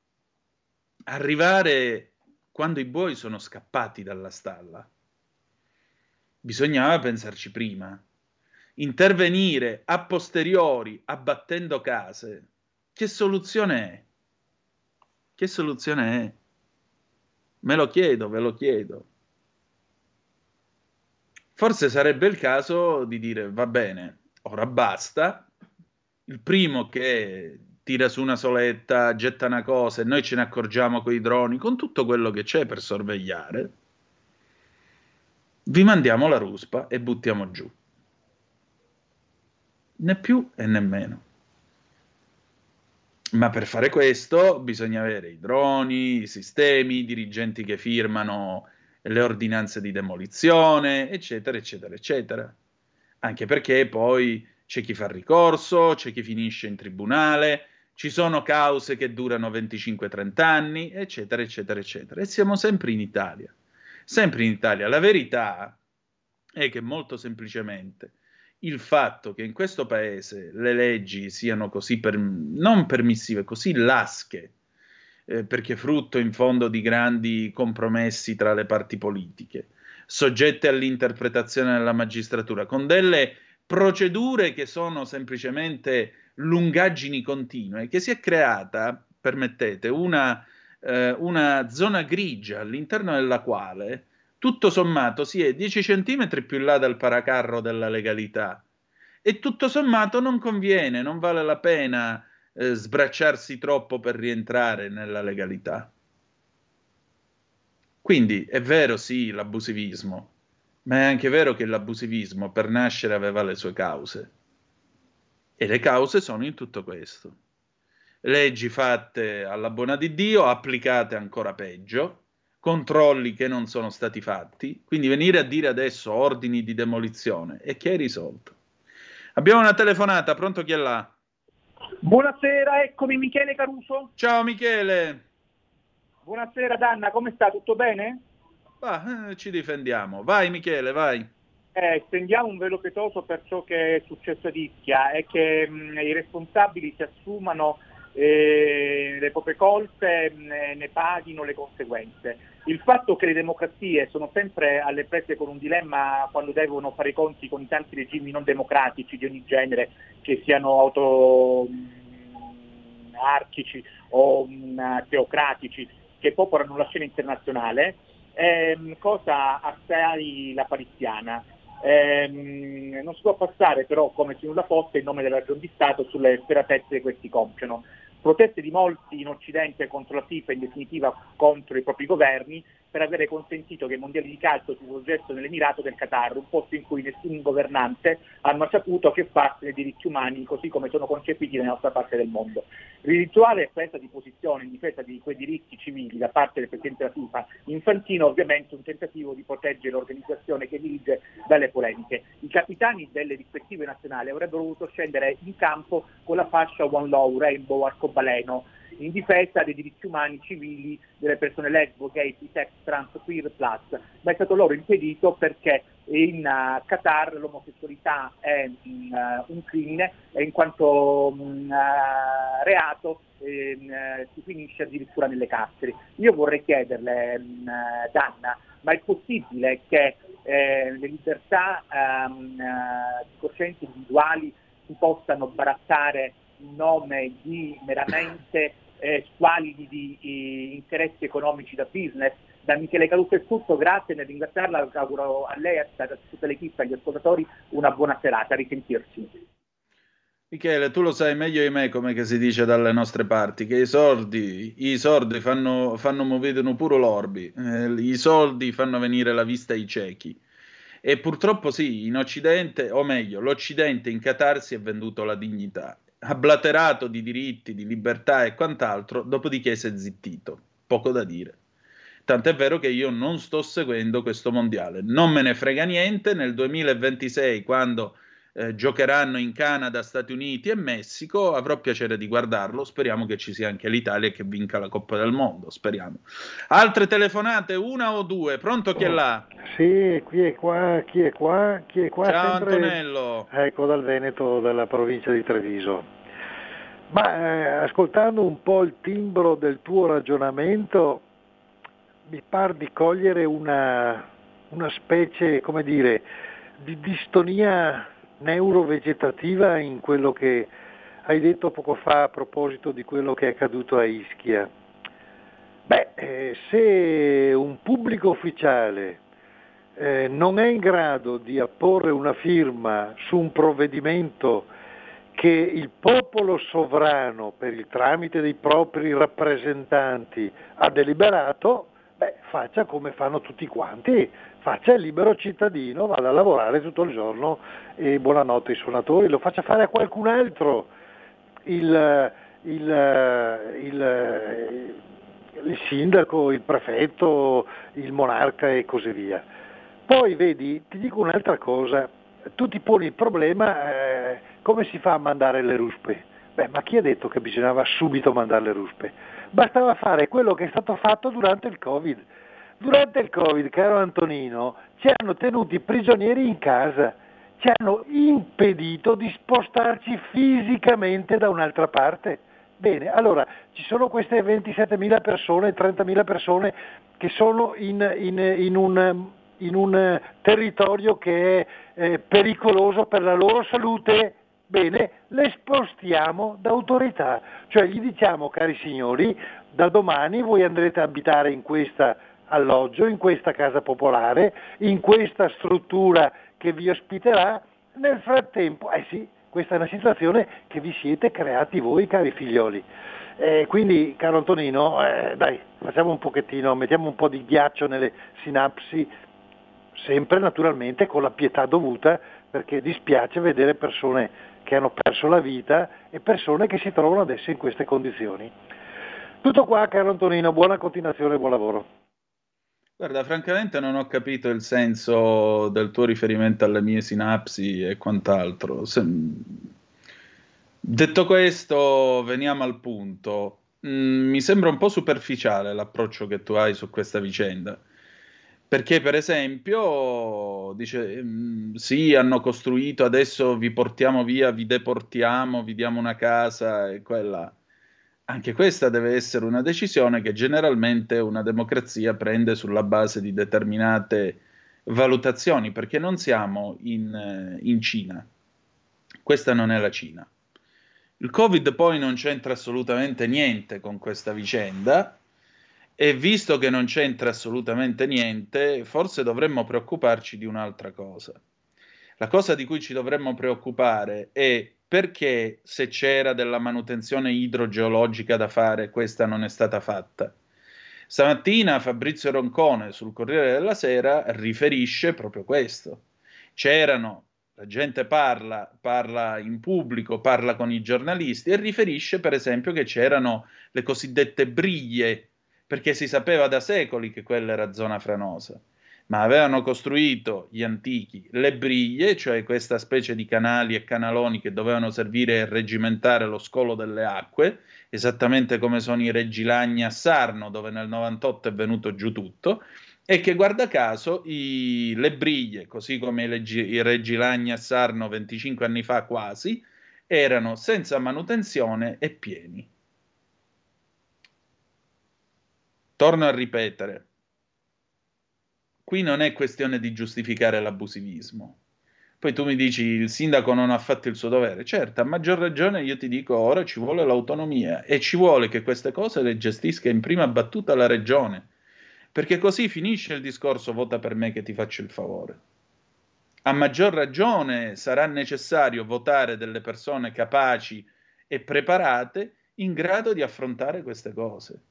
arrivare quando i buoi sono scappati dalla stalla. Bisognava pensarci prima. Intervenire a posteriori abbattendo case. Che soluzione è? Che soluzione è? Me lo chiedo, ve lo chiedo. Forse sarebbe il caso di dire, va bene, ora basta. Il primo che tira su una soletta, getta una cosa e noi ce ne accorgiamo con i droni, con tutto quello che c'è per sorvegliare, vi mandiamo la ruspa e buttiamo giù. Né più e né meno. Ma per fare questo bisogna avere i droni, i sistemi, i dirigenti che firmano le ordinanze di demolizione, eccetera, eccetera, eccetera. Anche perché poi c'è chi fa ricorso, c'è chi finisce in tribunale, ci sono cause che durano 25-30 anni, eccetera, eccetera, eccetera. E siamo sempre in Italia. Sempre in Italia. La verità è che molto semplicemente il fatto che in questo paese le leggi siano così non permissive, così lasche, perché frutto in fondo di grandi compromessi tra le parti politiche, soggette all'interpretazione della magistratura, con delle procedure che sono semplicemente lungaggini continue, che si è creata, permettete, una zona grigia all'interno della quale tutto sommato si è 10 centimetri più in là dal paracarro della legalità e tutto sommato non conviene, non vale la pena sbracciarsi troppo per rientrare nella legalità. Quindi è vero sì l'abusivismo, ma è anche vero che l'abusivismo per nascere aveva le sue cause e le cause sono in tutto questo. Leggi fatte alla buona di Dio, applicate ancora peggio, controlli che non sono stati fatti, quindi venire a dire adesso ordini di demolizione e che hai risolto? Abbiamo una telefonata, pronto, chi è là? Buonasera, eccomi Michele Caruso. Ciao Michele. Buonasera Danna, come sta? Tutto bene? Ci difendiamo. Vai Michele, vai. Stendiamo un velo pietoso per ciò che è successo ad Ischia e che i responsabili si assumano le proprie colpe, ne paghino le conseguenze. Il fatto che le democrazie sono sempre alle prese con un dilemma quando devono fare i conti con i tanti regimi non democratici di ogni genere, che siano autarchici o teocratici, che popolano la scena internazionale, cosa assai lapalissiana. Non si può passare però come se nulla fosse in nome della ragion di Stato sulle sferatezze che questi compiono. Proteste di molti in Occidente contro la FIFA, in definitiva contro i propri governi, per avere consentito che i mondiali di calcio si svolgessero nell'Emirato del Qatar, un posto in cui nessun governante hanno saputo che farsi dei diritti umani così come sono concepiti nella nostra parte del mondo. L'irrituale presa di posizione in difesa di quei diritti civili da parte del Presidente della FIFA Infantino, ovviamente un tentativo di proteggere l'organizzazione che dirige dalle polemiche. I capitani delle rispettive nazionali avrebbero dovuto scendere in campo con la fascia One Law, Rainbow, arcobaleno, in difesa dei diritti umani civili delle persone lesbo, gay, bisex, trans, queer, plus, ma è stato loro impedito perché in Qatar l'omosessualità è un crimine e in quanto reato si finisce addirittura nelle carceri. Io vorrei chiederle, Danna, ma è possibile che le libertà di coscienza individuali si possano barattare in nome di meramente squalidi di interessi economici da business? Da Michele Caruso è tutto, grazie, nel ringraziarla auguro a lei, a tutta l'equipe, agli ascoltatori una buona serata, a risentirci. Michele, tu lo sai meglio di me, come che si dice dalle nostre parti, che i soldi fanno muovere pure l'orbi, i soldi fanno venire la vista ai ciechi. E purtroppo sì, in Occidente, o meglio, l'Occidente in Qatar si è venduto la dignità, ha blaterato di diritti, di libertà e quant'altro, dopodiché si è zittito. Poco da dire. Tant'è vero che io non sto seguendo questo mondiale. Non me ne frega niente. Nel 2026, quando giocheranno in Canada, Stati Uniti e Messico, avrò piacere di guardarlo. Speriamo che ci sia anche l'Italia e che vinca la Coppa del Mondo. Speriamo. Altre telefonate, una o due? Pronto, chi è là? Sì, chi è qua? Ciao sempre... Antonello. Ecco, dal Veneto, dalla provincia di Treviso. Ma ascoltando un po' il timbro del tuo ragionamento, mi par di cogliere una specie, come dire, di distonia neurovegetativa in quello che hai detto poco fa a proposito di quello che è accaduto a Ischia. Se un pubblico ufficiale non è in grado di apporre una firma su un provvedimento che il popolo sovrano, per il tramite dei propri rappresentanti, ha deliberato, faccia come fanno tutti quanti, faccia il libero cittadino, vada a lavorare tutto il giorno e buonanotte ai suonatori, lo faccia fare a qualcun altro il sindaco, il prefetto, il monarca e così via. Poi vedi, ti dico un'altra cosa, tu ti poni il problema come si fa a mandare le ruspe? Ma chi ha detto che bisognava subito mandare le ruspe? Bastava fare quello che è stato fatto durante il Covid. Durante il Covid, caro Antonino, ci hanno tenuti prigionieri in casa ci hanno impedito di spostarci fisicamente da un'altra parte. Bene, allora ci sono queste 27.000 persone, 30.000 persone che sono in un territorio che è pericoloso per la loro salute. Bene, le spostiamo da autorità, cioè gli diciamo: cari signori, da domani voi andrete a abitare in questa alloggio, in questa casa popolare, in questa struttura che vi ospiterà. Nel frattempo, sì, questa è una situazione che vi siete creati voi, cari figlioli. Quindi, caro Antonino, dai, facciamo un pochettino, mettiamo un po' di ghiaccio nelle sinapsi, sempre naturalmente con la pietà dovuta, perché dispiace vedere persone che hanno perso la vita e persone che si trovano adesso in queste condizioni. Tutto qua, caro Antonino, buona continuazione e buon lavoro. Guarda, francamente non ho capito il senso del tuo riferimento alle mie sinapsi e quant'altro. Detto questo, veniamo al punto. Mi sembra un po' superficiale l'approccio che tu hai su questa vicenda. Perché, per esempio, dice, sì, hanno costruito, adesso vi portiamo via, vi deportiamo, vi diamo una casa e quella. Anche questa deve essere una decisione che generalmente una democrazia prende sulla base di determinate valutazioni, perché non siamo in Cina. Questa non è la Cina. Il Covid poi non c'entra assolutamente niente con questa vicenda, e visto che non c'entra assolutamente niente, forse dovremmo preoccuparci di un'altra cosa. La cosa di cui ci dovremmo preoccupare è perché, se c'era della manutenzione idrogeologica da fare, questa non è stata fatta. Stamattina Fabrizio Roncone sul Corriere della Sera riferisce proprio questo. La gente parla in pubblico, parla con i giornalisti e riferisce per esempio che c'erano le cosiddette briglie, perché si sapeva da secoli che quella era zona franosa. Ma avevano costruito gli antichi le briglie, cioè questa specie di canali e canaloni che dovevano servire a reggimentare lo scolo delle acque, esattamente come sono i Reggilagni a Sarno, dove nel 98 è venuto giù tutto, e che guarda caso le briglie, così come i Reggilagni a Sarno 25 anni fa quasi, erano senza manutenzione e pieni. Torno a ripetere. Qui non è questione di giustificare l'abusivismo. Poi tu mi dici il sindaco non ha fatto il suo dovere. Certo, a maggior ragione io ti dico ora ci vuole l'autonomia e ci vuole che queste cose le gestisca in prima battuta la regione, perché così finisce il discorso vota per me che ti faccio il favore. A maggior ragione sarà necessario votare delle persone capaci e preparate in grado di affrontare queste cose.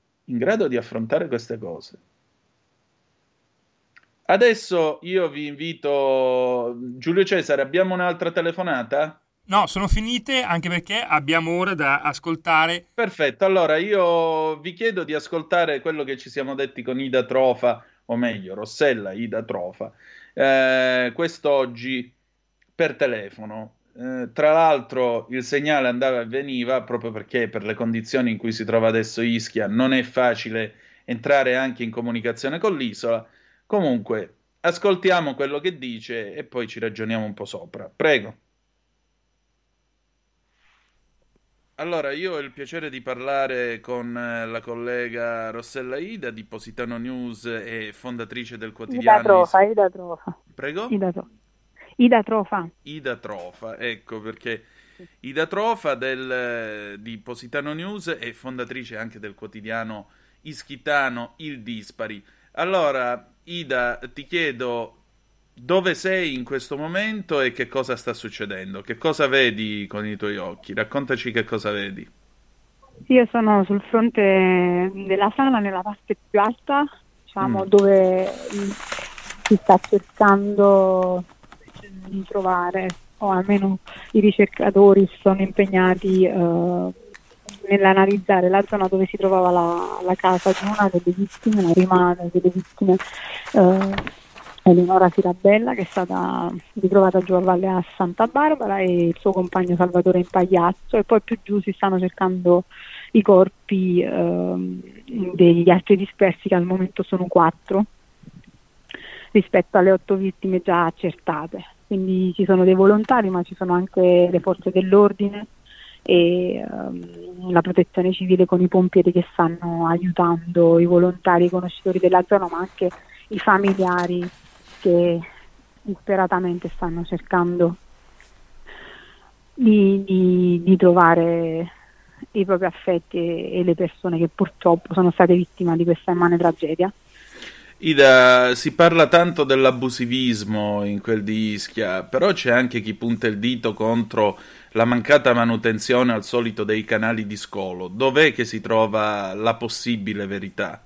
Adesso io vi invito, Giulio Cesare, abbiamo un'altra telefonata? No, sono finite, anche perché abbiamo ora da ascoltare. Perfetto, allora io vi chiedo di ascoltare quello che ci siamo detti con Ida Trofa, o meglio, Rossella Ida Trofa, quest'oggi per telefono. Tra l'altro il segnale andava e veniva proprio perché per le condizioni in cui si trova adesso Ischia non è facile entrare anche in comunicazione con l'isola. Comunque, ascoltiamo quello che dice e poi ci ragioniamo un po' sopra. Prego. Allora, io ho il piacere di parlare con la collega Rossella Ida di Positano News e fondatrice del quotidiano... Ida Trofa. Prego? Ida Trofa. Ida Trofa, ecco perché Ida Trofa di Positano News e fondatrice anche del quotidiano ischitano Il Dispari. Allora, Ida, ti chiedo dove sei in questo momento e che cosa sta succedendo? Che cosa vedi con i tuoi occhi? Raccontaci che cosa vedi. Io sono sul fronte della sala, nella parte più alta, diciamo, dove si sta cercando di trovare, o almeno i ricercatori sono impegnati nell'analizzare la zona dove si trovava la casa di una delle vittime, la prima delle vittime, Eleonora Firabella, che è stata ritrovata giù a Valle a Santa Barbara, e il suo compagno Salvatore Impagliazzo, e poi più giù si stanno cercando i corpi degli altri dispersi, che al momento sono 4 rispetto alle 8 vittime già accertate. quindi ci sono dei volontari, ma ci sono anche le forze dell'ordine e la protezione civile con i pompieri che stanno aiutando i volontari, i conoscitori della zona, ma anche i familiari che disperatamente stanno cercando di trovare i propri affetti e le persone che purtroppo sono state vittime di questa immane tragedia. Ida, si parla tanto dell'abusivismo in quel di Ischia, però c'è anche chi punta il dito contro la mancata manutenzione al solito dei canali di scolo. Dov'è che si trova la possibile verità?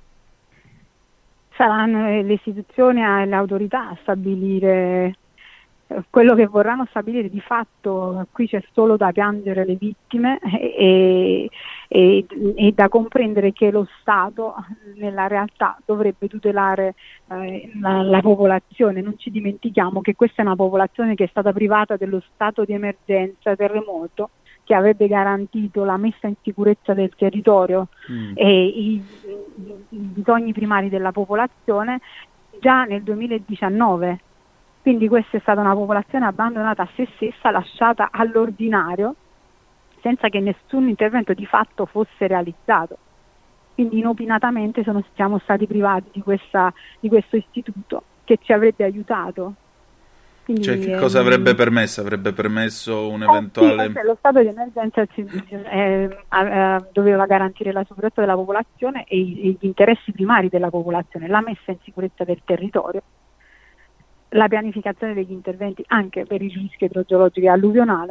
Saranno le istituzioni e le autorità a stabilire quello che vorranno stabilire. Di fatto qui c'è solo da piangere le vittime e da comprendere che lo Stato nella realtà dovrebbe tutelare la popolazione. Non ci dimentichiamo che questa è una popolazione che è stata privata dello stato di emergenza terremoto, che avrebbe garantito la messa in sicurezza del territorio e i bisogni primari della popolazione già nel 2019. Quindi questa è stata una popolazione abbandonata a se stessa, lasciata all'ordinario, senza che nessun intervento di fatto fosse realizzato. Quindi inopinatamente siamo stati privati di questo istituto che ci avrebbe aiutato. Quindi, cioè, che cosa avrebbe permesso? Avrebbe permesso un eventuale... Sì, lo stato di emergenza doveva garantire la sicurezza della popolazione e gli interessi primari della popolazione, la messa in sicurezza del territorio, la pianificazione degli interventi anche per il rischio idrogeologico e alluvionale.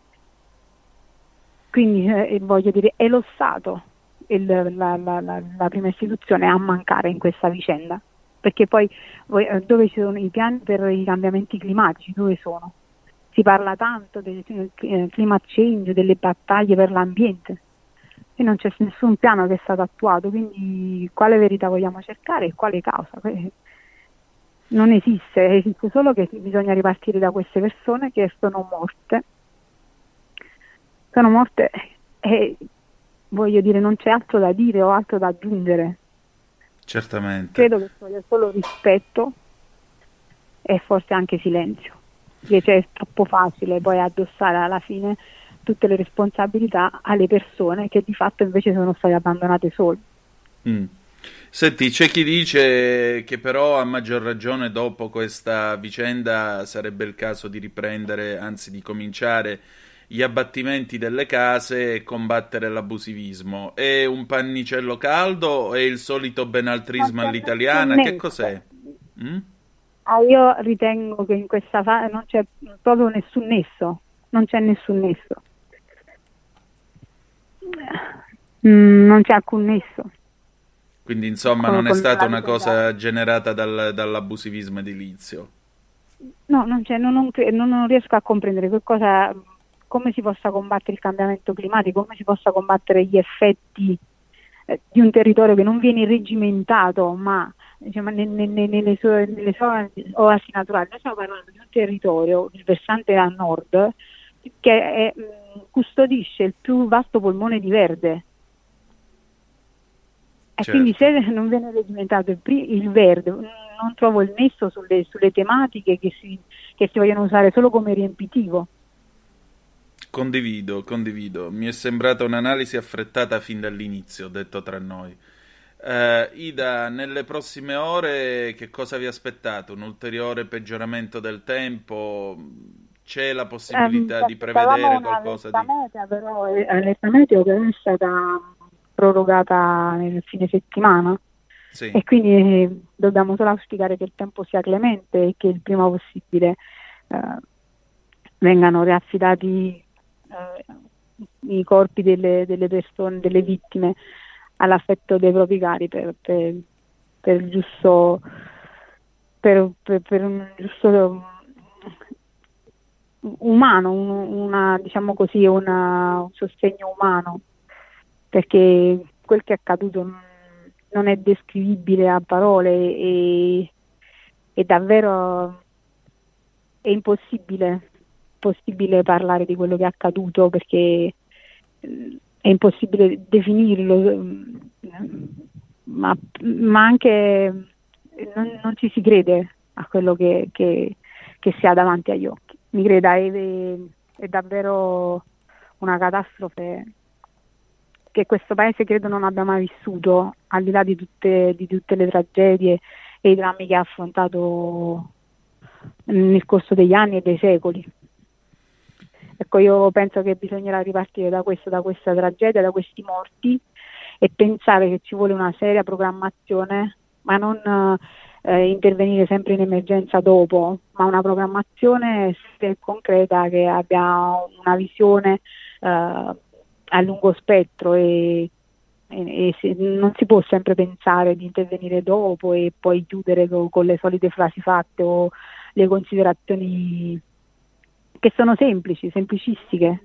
Quindi voglio dire, è lo Stato la prima istituzione a mancare in questa vicenda, perché poi dove ci sono i piani per i cambiamenti climatici, dove sono? Si parla tanto del climate change, delle battaglie per l'ambiente e non c'è nessun piano che è stato attuato, quindi quale verità vogliamo cercare e quale causa? Non esiste solo che bisogna ripartire da queste persone che sono morte e voglio dire, non c'è altro da dire o altro da aggiungere. Certamente. Credo che sia solo rispetto e forse anche silenzio, perché è troppo facile poi addossare alla fine tutte le responsabilità alle persone che di fatto invece sono state abbandonate sole. Senti, c'è chi dice che però a maggior ragione dopo questa vicenda sarebbe il caso di riprendere, anzi di cominciare gli abbattimenti delle case e combattere l'abusivismo. È un pannicello caldo o è il solito benaltrismo all'italiana? Che cos'è? Io ritengo che in questa fase non c'è proprio nessun nesso, non c'è nessun nesso. Non c'è alcun nesso. Quindi insomma non è stata una cosa generata dall'abusivismo edilizio? No, non riesco a comprendere come si possa combattere il cambiamento climatico, come si possa combattere gli effetti di un territorio che non viene regimentato, ma diciamo, nelle sue oasi naturali. Noi stiamo parlando di un territorio, il versante a nord, che custodisce il più vasto polmone di verde. E certo. Quindi se non viene regimentato il verde, non trovo il nesso sulle tematiche che si vogliono usare solo come riempitivo. Condivido. Mi è sembrata un'analisi affrettata fin dall'inizio, detto tra noi. Ida, nelle prossime ore che cosa vi aspettate? Un ulteriore peggioramento del tempo? C'è la possibilità di prevedere qualcosa di... L'allerta meteo però è stata prorogata nel fine settimana, sì. E quindi dobbiamo solo auspicare che il tempo sia clemente e che il prima possibile vengano riaffidati i corpi delle persone, delle vittime, all'affetto dei propri cari per un giusto umano, diciamo così, un sostegno umano, perché quel che è accaduto non è descrivibile a parole e davvero è impossibile parlare di quello che è accaduto, perché è impossibile definirlo, ma anche non ci si crede a quello che che si ha davanti agli occhi. Mi creda, è davvero una catastrofe che questo paese credo non abbia mai vissuto, al di là di tutte le tragedie e i drammi che ha affrontato nel corso degli anni e dei secoli. Ecco, io penso che bisognerà ripartire da questa tragedia, da questi morti, e pensare che ci vuole una seria programmazione, ma non intervenire sempre in emergenza dopo, ma una programmazione concreta che abbia una visione a lungo spettro e non si può sempre pensare di intervenire dopo e poi chiudere con le solite frasi fatte o le considerazioni che sono semplicistiche.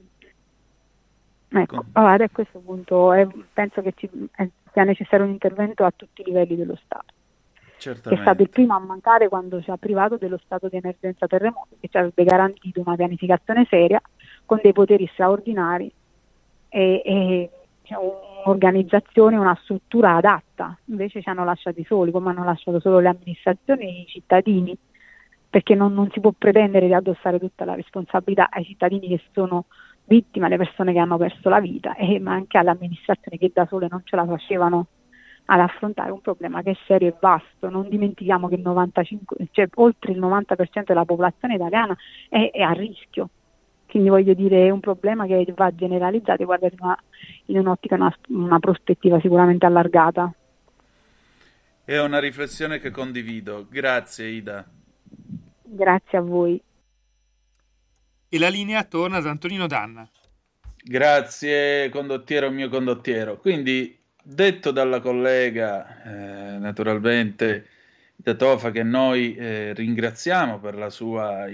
Ecco, a questo punto penso che sia necessario un intervento a tutti i livelli dello Stato. Certamente. Che è stato il primo a mancare quando ci ha privato dello stato di emergenza terremoto, che ci avrebbe garantito una pianificazione seria con dei poteri straordinari e un'organizzazione, una struttura adatta. Invece ci hanno lasciati soli, come hanno lasciato solo le amministrazioni e i cittadini, perché non si può pretendere di addossare tutta la responsabilità ai cittadini che sono vittime, alle persone che hanno perso la vita, ma anche alle amministrazioni che da sole non ce la facevano ad affrontare un problema che è serio e vasto. Non dimentichiamo che oltre il 90% della popolazione italiana è a rischio, quindi voglio dire è un problema che va generalizzato e guardato in un'ottica, una prospettiva sicuramente allargata. È una riflessione che condivido. Grazie Ida. Grazie a voi. E la linea torna ad Antonino Danna. Grazie condottiero, mio condottiero. Quindi, detto dalla collega, naturalmente, Ida Trofa, che noi ringraziamo per la sua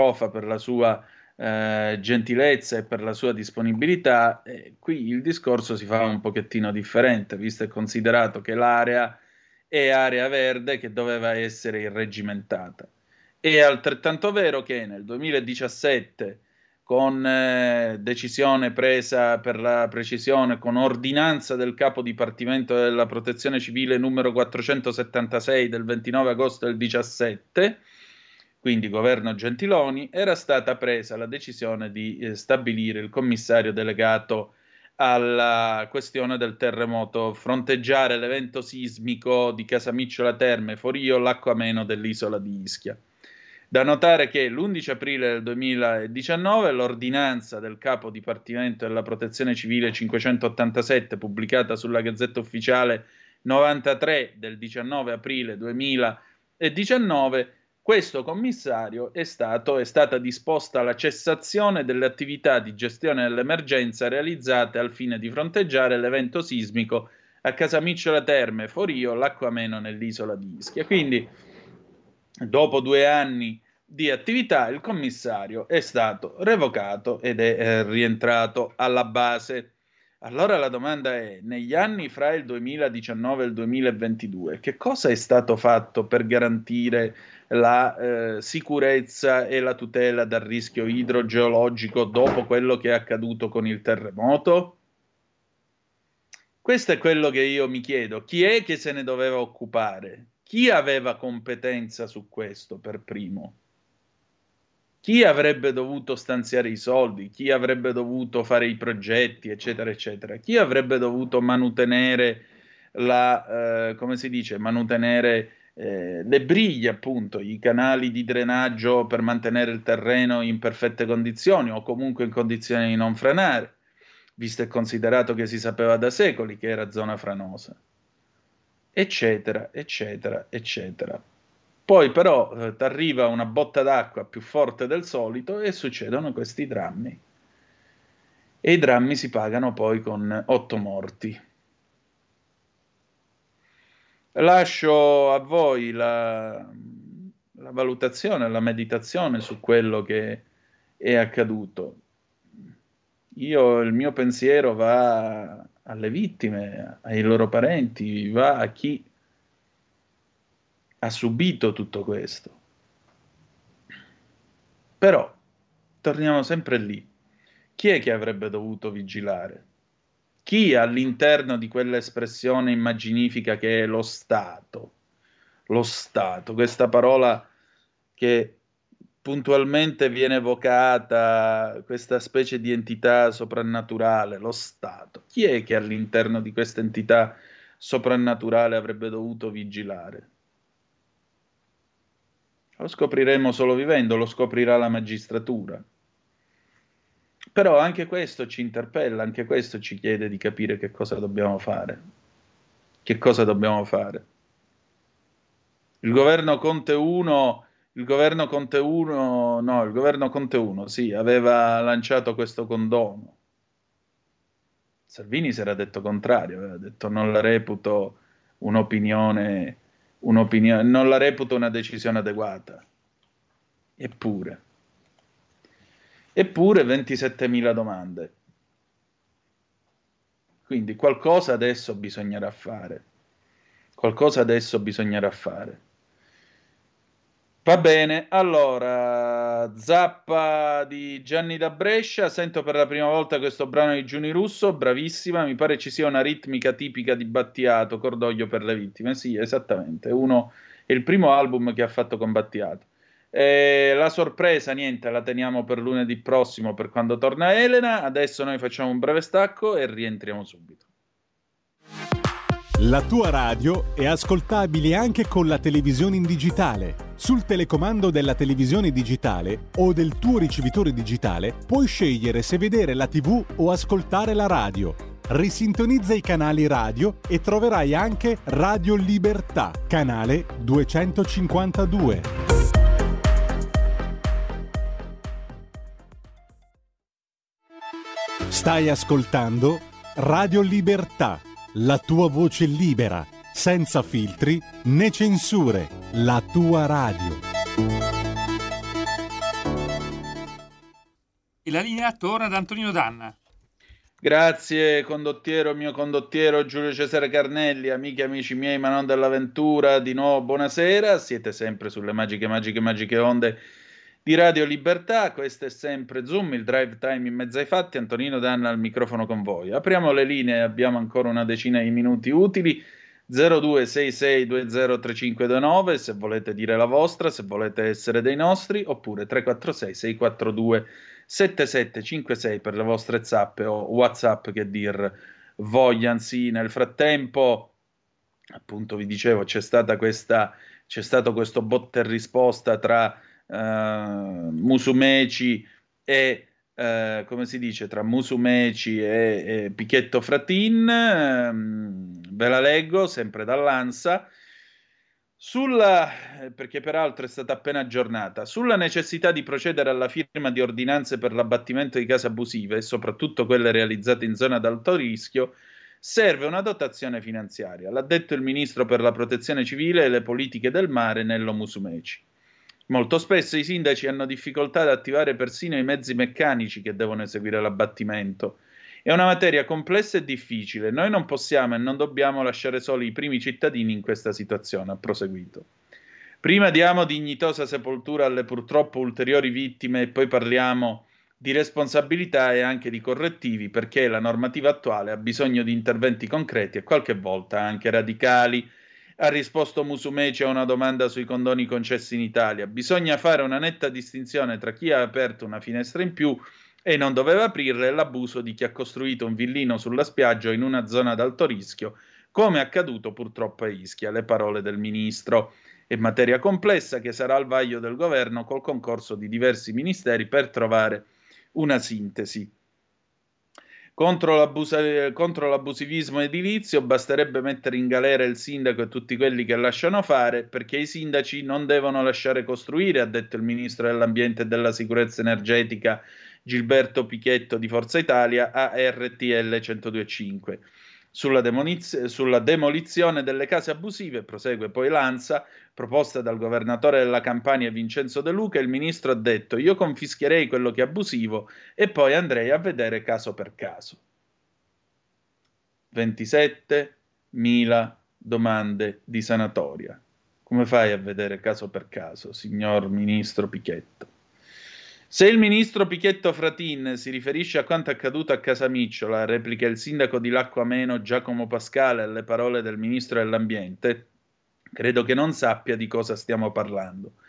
gentilezza e per la sua disponibilità, qui il discorso si fa un pochettino differente, visto e considerato che l'area è area verde che doveva essere irreggimentata. È altrettanto vero che nel 2017, con decisione presa per la precisione, con ordinanza del capo dipartimento della Protezione Civile numero 476 del 29 agosto del 17, quindi governo Gentiloni, era stata presa la decisione di stabilire il commissario delegato alla questione del terremoto, fronteggiare l'evento sismico di Casamicciola Terme, Forio, l'acqua ameno dell'isola di Ischia. Da notare che l'11 aprile del 2019 l'ordinanza del capo dipartimento della Protezione Civile 587, pubblicata sulla Gazzetta Ufficiale 93 del 19 aprile 2019, questo commissario è stata disposta la cessazione delle attività di gestione dell'emergenza realizzate al fine di fronteggiare l'evento sismico a Casamicciola Terme, Forio, l'acqua ameno nell'isola di Ischia. Quindi, dopo 2 anni di attività, il commissario è stato revocato ed è rientrato alla base. Allora la domanda è, negli anni fra il 2019 e il 2022, che cosa è stato fatto per garantire la sicurezza e la tutela dal rischio idrogeologico dopo quello che è accaduto con il terremoto? Questo è quello che io mi chiedo. Chi è che se ne doveva occupare? Chi aveva competenza su questo per primo? Chi avrebbe dovuto stanziare i soldi? Chi avrebbe dovuto fare i progetti, eccetera, eccetera? Chi avrebbe dovuto manutenere le briglie, appunto, i canali di drenaggio per mantenere il terreno in perfette condizioni o comunque in condizioni di non franare, visto e considerato che si sapeva da secoli che era zona franosa, eccetera, eccetera, eccetera. Poi però t'arriva una botta d'acqua più forte del solito e succedono questi drammi. E i drammi si pagano poi con 8 morti. Lascio a voi la valutazione, la meditazione su quello che è accaduto. Il mio pensiero va alle vittime, ai loro parenti, va a chi ha subito tutto questo. Però torniamo sempre lì. Chi è che avrebbe dovuto vigilare? Chi all'interno di quell'espressione immaginifica che è lo Stato, questa parola che puntualmente viene evocata questa specie di entità soprannaturale, lo Stato. Chi è che all'interno di questa entità soprannaturale avrebbe dovuto vigilare? Lo scopriremo solo vivendo, lo scoprirà la magistratura. Però anche questo ci interpella, anche questo ci chiede di capire che cosa dobbiamo fare. Che cosa dobbiamo fare? Il governo Conte 1, sì, aveva lanciato questo condono. Salvini si era detto contrario, aveva detto non la reputo un'opinione, non la reputo una decisione adeguata. Eppure 27.000 domande. Quindi qualcosa adesso bisognerà fare. Va bene, allora, Zappa di Gianni da Brescia, sento per la prima volta questo brano di Giuni Russo, bravissima, mi pare ci sia una ritmica tipica di Battiato, Cordoglio per le vittime, sì, esattamente, è il primo album che ha fatto con Battiato. La sorpresa, niente, la teniamo per lunedì prossimo per quando torna Elena, adesso noi facciamo un breve stacco e rientriamo subito. La tua radio è ascoltabile anche con la televisione in digitale. Sul telecomando della televisione digitale o del tuo ricevitore digitale puoi scegliere se vedere la TV o ascoltare la radio. Risintonizza i canali radio e troverai anche Radio Libertà, canale 252. Stai ascoltando Radio Libertà. La tua voce libera, senza filtri né censure, la tua radio. E la linea torna ad Antonino Danna. Grazie mio condottiero Giulio Cesare Carnelli, amiche e amici miei, ma non dell'avventura, di nuovo buonasera, siete sempre sulle magiche onde di Radio Libertà, questo è sempre Zoom, il drive time in mezzo ai fatti, Antonino Danna al microfono con voi. Apriamo le linee, abbiamo ancora una decina di minuti utili, 0266203529 se volete dire la vostra, se volete essere dei nostri, oppure 346-642-7756 per le vostre zappe o WhatsApp che dir vogliansi. Nel frattempo, appunto vi dicevo, c'è stato questo botta e risposta tra Musumeci e tra Musumeci e Pichetto Fratin, ve la leggo sempre dall'ANSA, perché peraltro è stata appena aggiornata, sulla necessità di procedere alla firma di ordinanze per l'abbattimento di case abusive, e soprattutto quelle realizzate in zona ad alto rischio, serve una dotazione finanziaria, l'ha detto il ministro per la protezione civile e le politiche del mare Nello Musumeci. Molto spesso i sindaci hanno difficoltà ad attivare persino i mezzi meccanici che devono eseguire l'abbattimento. È una materia complessa e difficile. Noi non possiamo e non dobbiamo lasciare soli i primi cittadini in questa situazione, ha proseguito. Prima diamo dignitosa sepoltura alle purtroppo ulteriori vittime e poi parliamo di responsabilità e anche di correttivi, perché la normativa attuale ha bisogno di interventi concreti e qualche volta anche radicali. Ha risposto Musumeci a una domanda sui condoni concessi in Italia. Bisogna fare una netta distinzione tra chi ha aperto una finestra in più e non doveva aprirla e l'abuso di chi ha costruito un villino sulla spiaggia o in una zona ad alto rischio, come è accaduto purtroppo a Ischia. Le parole del ministro. È materia complessa che sarà al vaglio del governo col concorso di diversi ministeri per trovare una sintesi. Contro l'abusivismo edilizio basterebbe mettere in galera il sindaco e tutti quelli che lasciano fare, perché i sindaci non devono lasciare costruire, ha detto il ministro dell'ambiente e della sicurezza energetica Gilberto Pichetto di Forza Italia a RTL 102.5. Sulla demolizione delle case abusive, prosegue poi l'ANSA, proposta dal governatore della Campania Vincenzo De Luca, il ministro ha detto: io confischerei quello che è abusivo e poi andrei a vedere caso per caso. 27.000 domande di sanatoria. Come fai a vedere caso per caso, signor ministro Pichetto? Se il ministro Pichetto Fratin si riferisce a quanto accaduto a Casamicciola, replica il sindaco di Lacco Ameno Giacomo Pascale alle parole del ministro dell'ambiente, credo che non sappia di cosa stiamo parlando.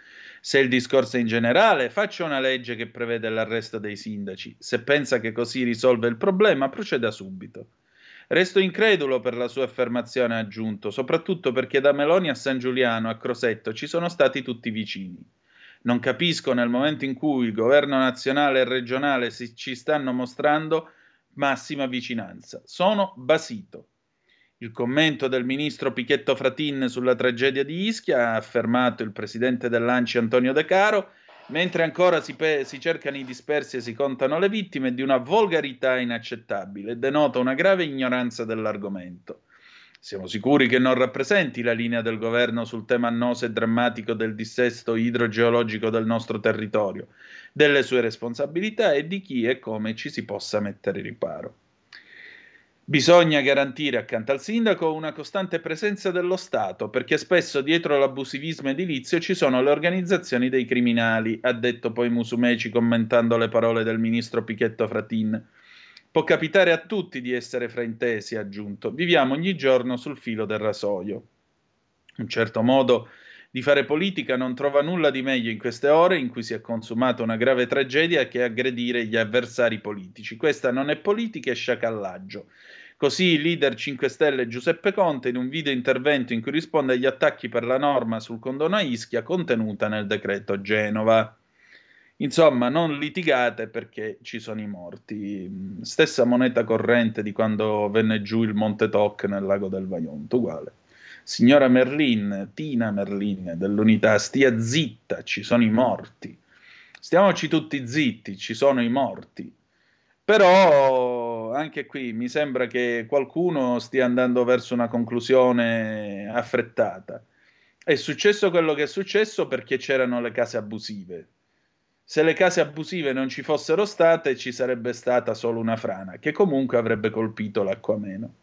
Se il discorso è in generale, faccia una legge che prevede l'arresto dei sindaci. Se pensa che così risolve il problema, proceda subito. Resto incredulo per la sua affermazione, ha aggiunto, soprattutto perché da Meloni a San Giuliano, a Crosetto, ci sono stati tutti vicini. Non capisco nel momento in cui il governo nazionale e regionale ci stanno mostrando massima vicinanza. Sono basito. Il commento del ministro Pichetto Fratin sulla tragedia di Ischia, ha affermato il presidente dell'ANCI Antonio De Caro, mentre ancora si cercano i dispersi e si contano le vittime, di una volgarità inaccettabile, denota una grave ignoranza dell'argomento. Siamo sicuri che non rappresenti la linea del governo sul tema annoso e drammatico del dissesto idrogeologico del nostro territorio, delle sue responsabilità e di chi e come ci si possa mettere riparo. Bisogna garantire accanto al sindaco una costante presenza dello Stato, perché spesso dietro l'abusivismo edilizio ci sono le organizzazioni dei criminali, ha detto poi Musumeci commentando le parole del ministro Pichetto Fratin. Può capitare a tutti di essere fraintesi, ha aggiunto. Viviamo ogni giorno sul filo del rasoio. Un certo modo di fare politica non trova nulla di meglio in queste ore in cui si è consumata una grave tragedia che aggredire gli avversari politici. Questa non è politica, è sciacallaggio. Così il leader 5 Stelle Giuseppe Conte in un video intervento in cui risponde agli attacchi per la norma sul condono a Ischia contenuta nel decreto Genova. Insomma, non litigate perché ci sono i morti. Stessa moneta corrente di quando venne giù il Monte Toc nel lago del Vajont, uguale. Signora Merlin, Tina Merlin dell'Unità, stia zitta, ci sono i morti. Stiamoci tutti zitti, ci sono i morti. Però anche qui mi sembra che qualcuno stia andando verso una conclusione affrettata. È successo quello che è successo perché c'erano le case abusive. Se le case abusive non ci fossero state, ci sarebbe stata solo una frana, che comunque avrebbe colpito l'acquameno.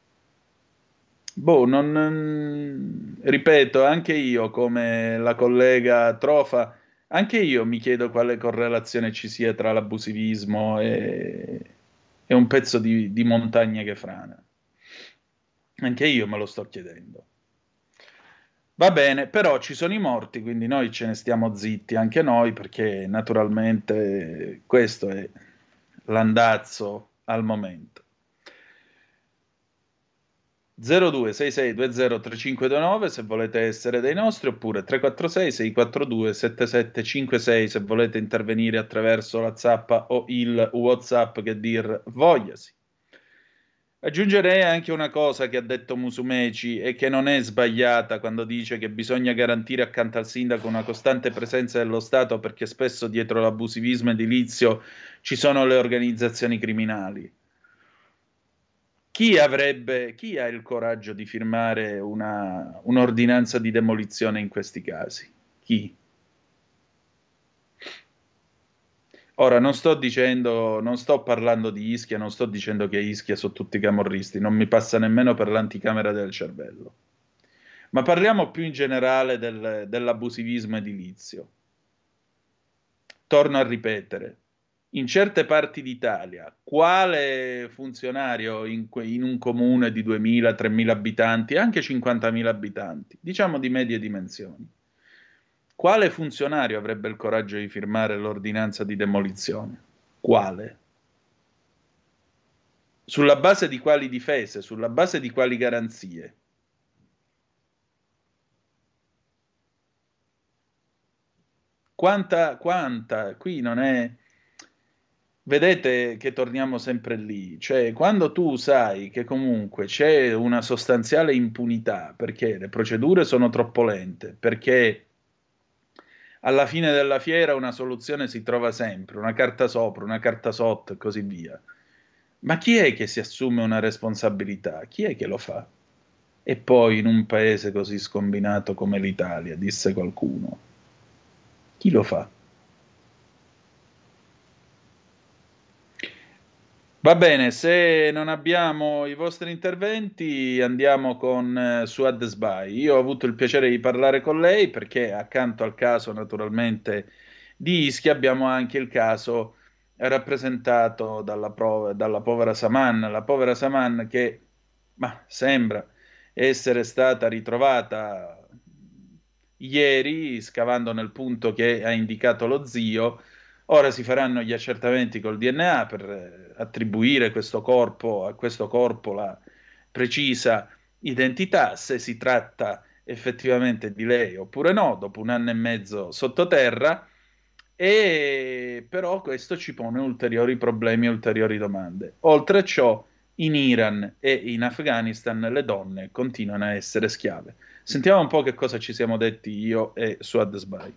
Ripeto, anche io, come la collega Trofa, anche io mi chiedo quale correlazione ci sia tra l'abusivismo e un pezzo di montagna che frana. Anche io me lo sto chiedendo. Va bene, però ci sono i morti, quindi noi ce ne stiamo zitti anche noi, perché naturalmente questo è l'andazzo al momento. 0266203529 se volete essere dei nostri, oppure 346-642-7756 se volete intervenire attraverso la zappa o il WhatsApp, che dir vogliasi. Aggiungerei anche una cosa che ha detto Musumeci e che non è sbagliata quando dice che bisogna garantire accanto al sindaco una costante presenza dello Stato, perché spesso dietro l'abusivismo edilizio ci sono le organizzazioni criminali. Chi ha il coraggio di firmare un'ordinanza di demolizione in questi casi? Chi? Ora, non sto parlando di Ischia, non sto dicendo che Ischia sono tutti camorristi, non mi passa nemmeno per l'anticamera del cervello. Ma parliamo più in generale dell'abusivismo edilizio. Torno a ripetere. In certe parti d'Italia, quale funzionario in un comune di 2.000, 3.000 abitanti, anche 50.000 abitanti, diciamo di medie dimensioni, quale funzionario avrebbe il coraggio di firmare l'ordinanza di demolizione? Quale? Sulla base di quali difese? Sulla base di quali garanzie? Quanta? Qui non è... Vedete che torniamo sempre lì, cioè quando tu sai che comunque c'è una sostanziale impunità perché le procedure sono troppo lente, perché alla fine della fiera una soluzione si trova sempre, una carta sopra, una carta sotto e così via. Ma chi è che si assume una responsabilità? Chi è che lo fa? E poi in un paese così scombinato come l'Italia, disse qualcuno, chi lo fa? Va bene, se non abbiamo i vostri interventi andiamo con Suad Sbai. Io ho avuto il piacere di parlare con lei perché accanto al caso naturalmente di Ischia abbiamo anche il caso rappresentato dalla povera Saman, la povera Saman che sembra essere stata ritrovata ieri, scavando nel punto che ha indicato lo zio. Ora si faranno gli accertamenti col DNA per attribuire a questo corpo la precisa identità, se si tratta effettivamente di lei oppure no, dopo 1 anno e mezzo sottoterra. E però questo ci pone ulteriori problemi e ulteriori domande. Oltre a ciò, in Iran e in Afghanistan le donne continuano a essere schiave. Sentiamo un po' che cosa ci siamo detti io e Suad Sbai.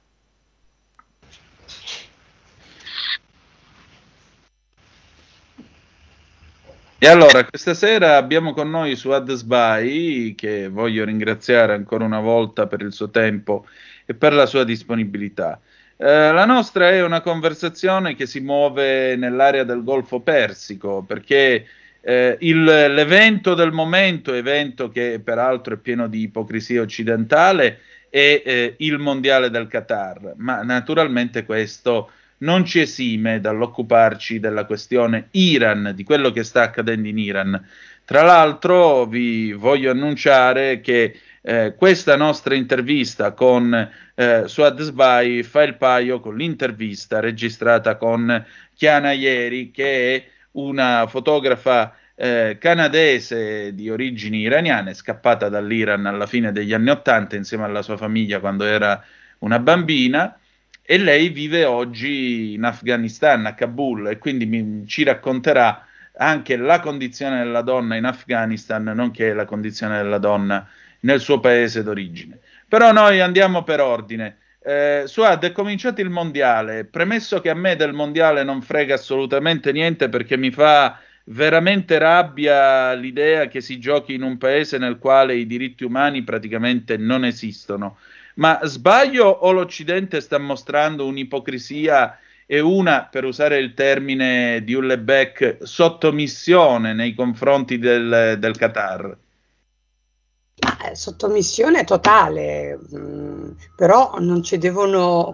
E allora, questa sera abbiamo con noi Suad Sbai, che voglio ringraziare ancora una volta per il suo tempo e per la sua disponibilità. La nostra è una conversazione che si muove nell'area del Golfo Persico, perché l'evento del momento, evento che peraltro è pieno di ipocrisia occidentale, è il Mondiale del Qatar, ma naturalmente questo non ci esime dall'occuparci della questione Iran, di quello che sta accadendo in Iran. Tra l'altro vi voglio annunciare che questa nostra intervista con Suad Sbai fa il paio con l'intervista registrata con Chiana ieri, che è una fotografa canadese di origini iraniane, scappata dall'Iran alla fine degli anni '80 insieme alla sua famiglia quando era una bambina, e lei vive oggi in Afghanistan, a Kabul, e quindi ci racconterà anche la condizione della donna in Afghanistan, nonché la condizione della donna nel suo paese d'origine. Però noi andiamo per ordine. Suad, è cominciato il mondiale. Premesso che a me del mondiale non frega assolutamente niente, perché mi fa veramente rabbia l'idea che si giochi in un paese nel quale i diritti umani praticamente non esistono. Ma sbaglio o l'Occidente sta mostrando un'ipocrisia e una, per usare il termine di Ullebeck, sottomissione nei confronti del Qatar? Sottomissione totale, però non ci devono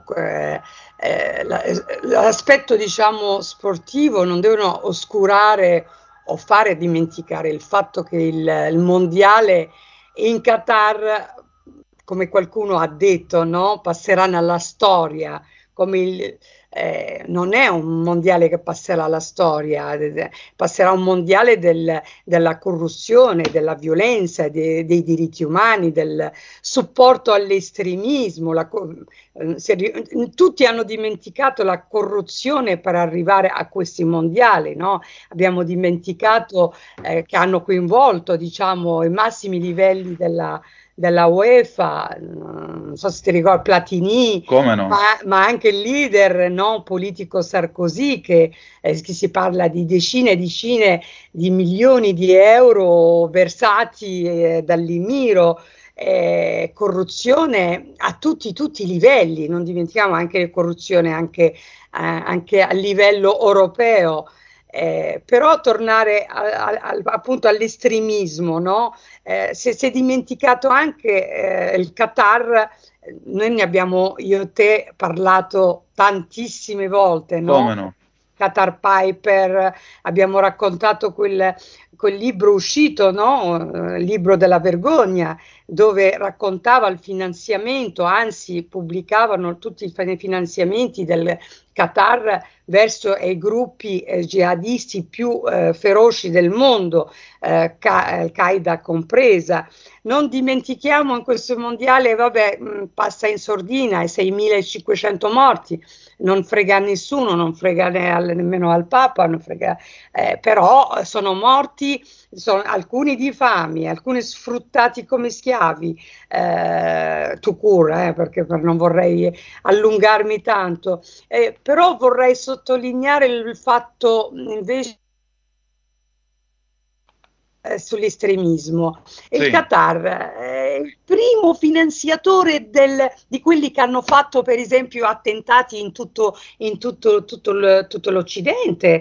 l'aspetto, diciamo, sportivo non devono oscurare o fare dimenticare il fatto che il mondiale in Qatar, come qualcuno ha detto, no? Passerà nella storia, come non è un mondiale che passerà alla storia, passerà un mondiale della corruzione, della violenza, dei diritti umani, del supporto all'estremismo. Tutti hanno dimenticato la corruzione per arrivare a questi mondiali, no? Abbiamo dimenticato che hanno coinvolto, diciamo, i massimi livelli della UEFA, non so se ti ricordi, Platini, come no? ma anche il leader, no, politico Sarkozy, che si parla di decine di milioni di euro versati dall'Imiro, corruzione a tutti i livelli, non dimentichiamo anche corruzione anche a livello europeo. Però tornare appunto all'estremismo, no? Si è dimenticato anche il Qatar. Noi ne abbiamo, io e te, parlato tantissime volte, no? Come no? Qatar Piper, abbiamo raccontato quel libro uscito, no? Il libro della vergogna, dove raccontava il finanziamento, anzi pubblicavano tutti i finanziamenti del Qatar verso i gruppi jihadisti più feroci del mondo, Al-Qaeda compresa. Non dimentichiamo in questo mondiale, passa in sordina, i 6.500 morti, non frega a nessuno, non frega nemmeno al Papa, non frega, però sono morti, alcuni di fame, alcuni sfruttati come schiavi, tout court, perché non vorrei allungarmi tanto, però vorrei sottolineare il fatto invece sull'estremismo. Sì. Il Qatar è il primo finanziatore di quelli che hanno fatto, per esempio, attentati in tutto l'Occidente,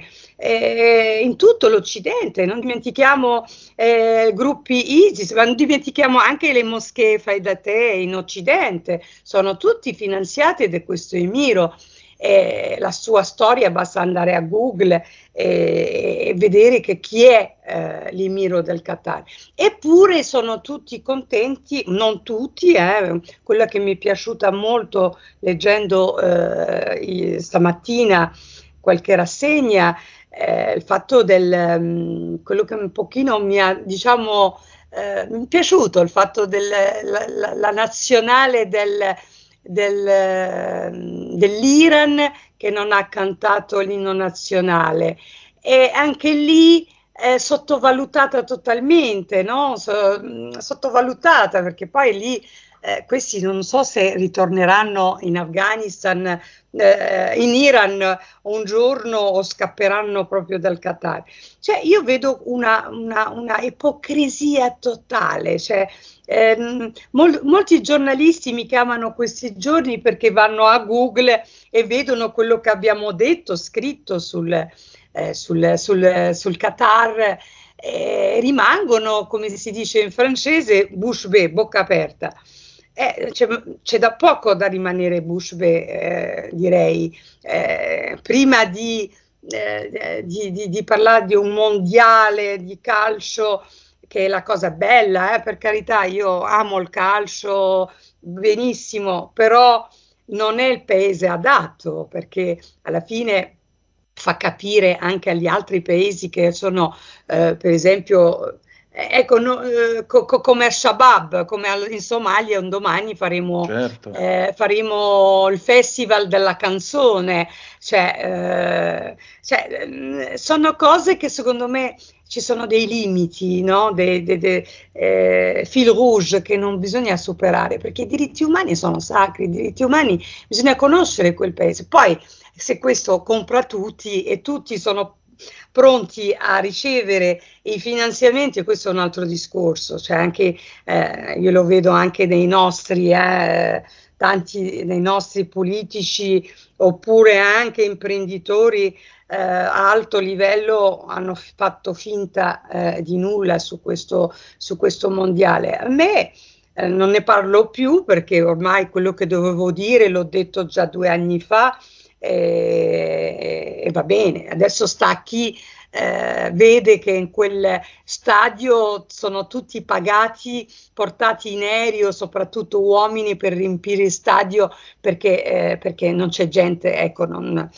non dimentichiamo gruppi ISIS, ma non dimentichiamo anche le moschee fai da te in Occidente, sono tutti finanziati da questo Emiro. la sua storia, basta andare a Google e vedere che chi è l'Emiro del Qatar. Eppure sono tutti contenti, non tutti, quella che mi è piaciuta molto leggendo stamattina qualche rassegna, il fatto quello che un pochino mi ha, diciamo, mi è piaciuto, il fatto la nazionale dell'Iran che non ha cantato l'inno nazionale, e anche lì sottovalutata totalmente, no? Sottovalutata, perché poi lì questi non so se ritorneranno in Afghanistan, in Iran un giorno, o scapperanno proprio dal Qatar. Cioè, io vedo una ipocrisia totale. Cioè, molti giornalisti mi chiamano questi giorni perché vanno a Google e vedono quello che abbiamo detto, scritto sul Qatar, rimangono, come si dice in francese, bouche bée, bocca aperta. C'è da poco da rimanere bouche bée, direi. Prima di parlare di un mondiale di calcio, che è la cosa bella, per carità, io amo il calcio benissimo, però non è il paese adatto, perché alla fine fa capire anche agli altri paesi che sono, per esempio, ecco, come a Shabab, come in Somalia, un domani faremo il festival della canzone, sono cose che secondo me ci sono dei limiti, no? Fil rouge che non bisogna superare, perché i diritti umani sono sacri, i diritti umani bisogna conoscere quel paese. Poi se questo compra tutti e tutti sono pronti a ricevere i finanziamenti, questo è un altro discorso. Cioè, anche io lo vedo anche nei nostri tanti dei nostri politici, oppure anche imprenditori a alto livello, hanno fatto finta di nulla su questo mondiale. A me non ne parlo più, perché ormai quello che dovevo dire l'ho detto già 2 anni fa, e va bene. Adesso sta a chi vede che in quel stadio sono tutti pagati, portati in aereo, soprattutto uomini, per riempire il stadio, perché non c'è gente, ecco, non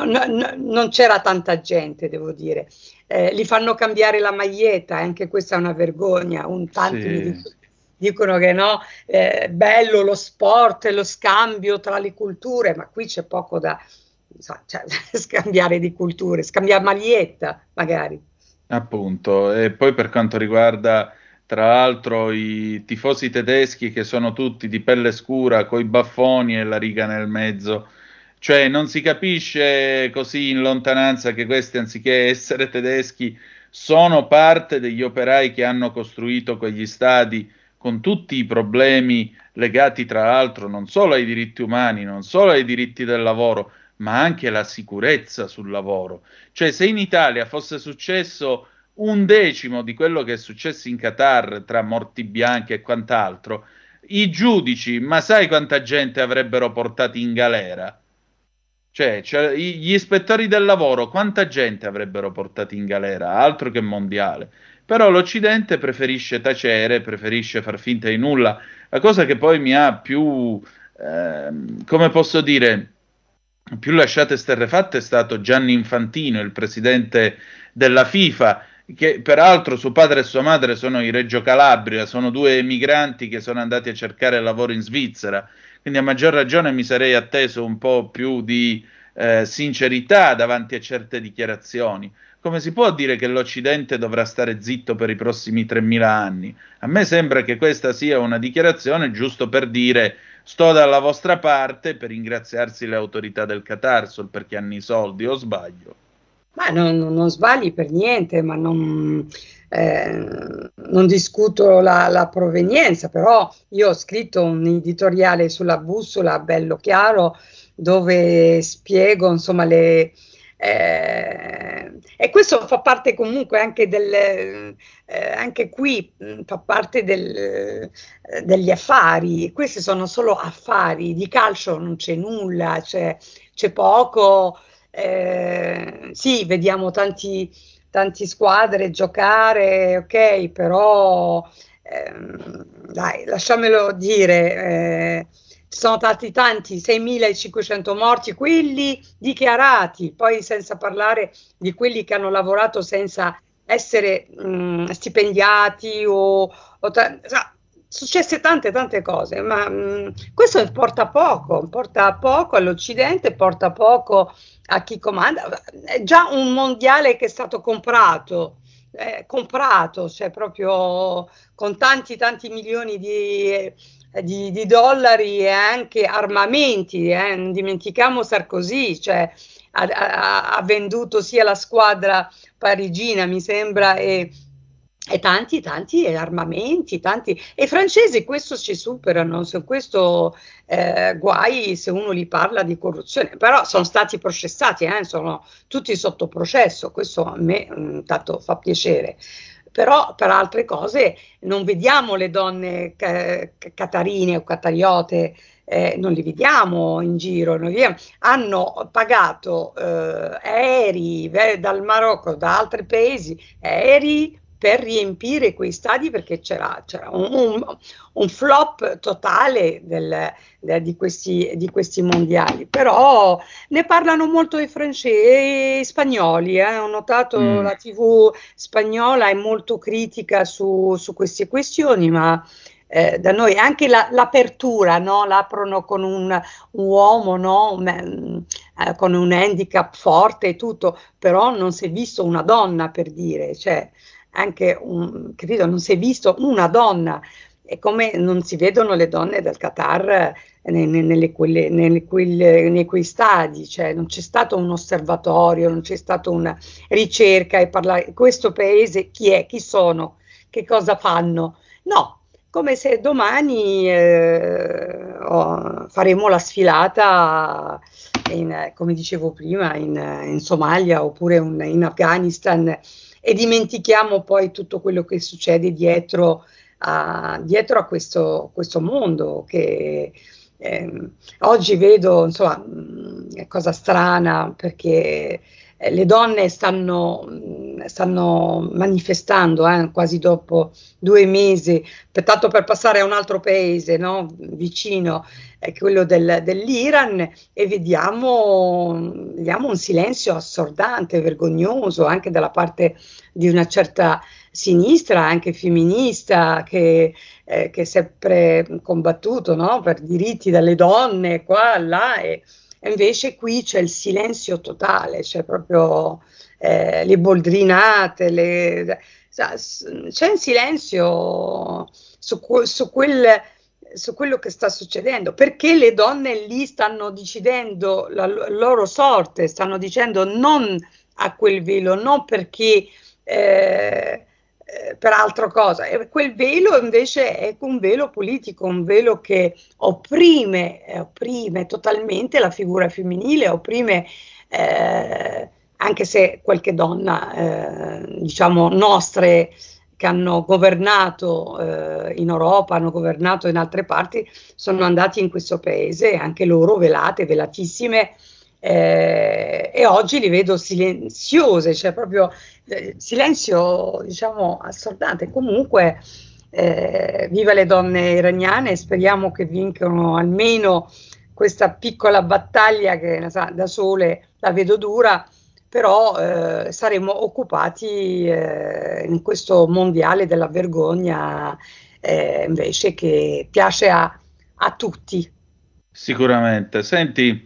c'era tanta gente, devo dire. Li fanno cambiare la maglietta, anche questa è una vergogna. Tanti dicono che no, bello lo sport e lo scambio tra le culture, ma qui c'è poco da scambiare di culture, scambiare maglietta magari. Appunto, e poi per quanto riguarda tra l'altro i tifosi tedeschi, che sono tutti di pelle scura, coi baffoni e la riga nel mezzo, cioè non si capisce così in lontananza che questi, anziché essere tedeschi, sono parte degli operai che hanno costruito quegli stadi, con tutti i problemi legati tra l'altro non solo ai diritti umani, non solo ai diritti del lavoro, ma anche alla sicurezza sul lavoro. Cioè, se in Italia fosse successo 1/10 di quello che è successo in Qatar, tra morti bianche e quant'altro, i giudici, ma sai quanta gente avrebbero portati in galera? Cioè, gli ispettori del lavoro, quanta gente avrebbero portati in galera? Altro che mondiale. Però l'Occidente preferisce tacere, preferisce far finta di nulla. La cosa che poi mi ha più, come posso dire, più lasciate sterrefatte è stato Gianni Infantino, il presidente della FIFA, che peraltro suo padre e sua madre sono i Reggio Calabria, sono 2 emigranti che sono andati a cercare lavoro in Svizzera. Quindi a maggior ragione mi sarei atteso un po' più di sincerità davanti a certe dichiarazioni. Come si può dire che l'Occidente dovrà stare zitto per i prossimi 3.000 anni? A me sembra che questa sia una dichiarazione giusto per dire: sto dalla vostra parte, per ringraziarsi le autorità del Qatar, solo perché hanno i soldi, o sbaglio? Ma non sbagli per niente, ma non discuto la provenienza, però io ho scritto un editoriale sulla Bussola, bello chiaro, dove spiego, insomma, e questo fa parte comunque anche anche qui fa parte degli affari. Questi sono solo affari, di calcio non c'è nulla, c'è c'è poco, sì, vediamo tanti squadre giocare, ok, però dai, lasciamelo dire, ci sono stati tanti, 6.500 morti, quelli dichiarati, poi senza parlare di quelli che hanno lavorato senza essere stipendiati successe tante cose, ma questo porta poco all'Occidente, porta poco a chi comanda. È già un mondiale che è stato comprato, cioè proprio con tanti milioni di dollari e anche armamenti, non dimentichiamo Sarkozy, cioè ha venduto sia la squadra parigina, mi sembra, e tanti armamenti, e i francesi questo ci superano, su questo guai se uno li parla di corruzione, però sono stati processati, sono tutti sotto processo, questo a me tanto fa piacere. Però per altre cose non vediamo le donne catarine o catariote, non li vediamo in giro, hanno pagato aerei dal Marocco, da altri paesi, aerei per riempire quei stadi, perché c'era un flop totale di questi mondiali. Però ne parlano molto i francesi e spagnoli, ho notato la TV spagnola è molto critica su queste questioni, ma da noi anche l'apertura, no? L'aprono con un uomo, no? Con un handicap forte e tutto, però non si è visto una donna, per dire, cioè anche capito, non si è visto una donna, e come non si vedono le donne del Qatar nei quei stadi, cioè non c'è stato un osservatorio, non c'è stata una ricerca e parlare questo paese chi sono, che cosa fanno, no, come se domani faremo la sfilata come dicevo prima in Somalia oppure in Afghanistan, e dimentichiamo poi tutto quello che succede dietro a questo mondo che oggi vedo, insomma, è cosa strana, perché le donne stanno manifestando quasi dopo 2 mesi, tanto per passare a un altro paese, no? Vicino, quello dell'Iran, e vediamo un silenzio assordante, vergognoso, anche dalla parte di una certa sinistra, anche femminista, che è sempre combattuto, no? Per diritti delle donne, qua, là, e invece qui c'è il silenzio totale, c'è proprio le boldrinate, c'è un silenzio su quello che sta succedendo, perché le donne lì stanno decidendo la loro sorte, stanno dicendo non a quel velo, non perché per altra cosa, e quel velo invece è un velo politico, un velo che opprime totalmente la figura femminile, opprime anche se qualche donna, diciamo nostre, che hanno governato in Europa, hanno governato in altre parti, sono andati in questo paese, anche loro velatissime, e oggi li vedo silenziose, cioè proprio silenzio, diciamo, assordante. Comunque viva le donne iraniane, speriamo che vincano almeno questa piccola battaglia che da sole la vedo dura, però saremo occupati in questo mondiale della vergogna, invece, che piace a tutti. Sicuramente. Senti,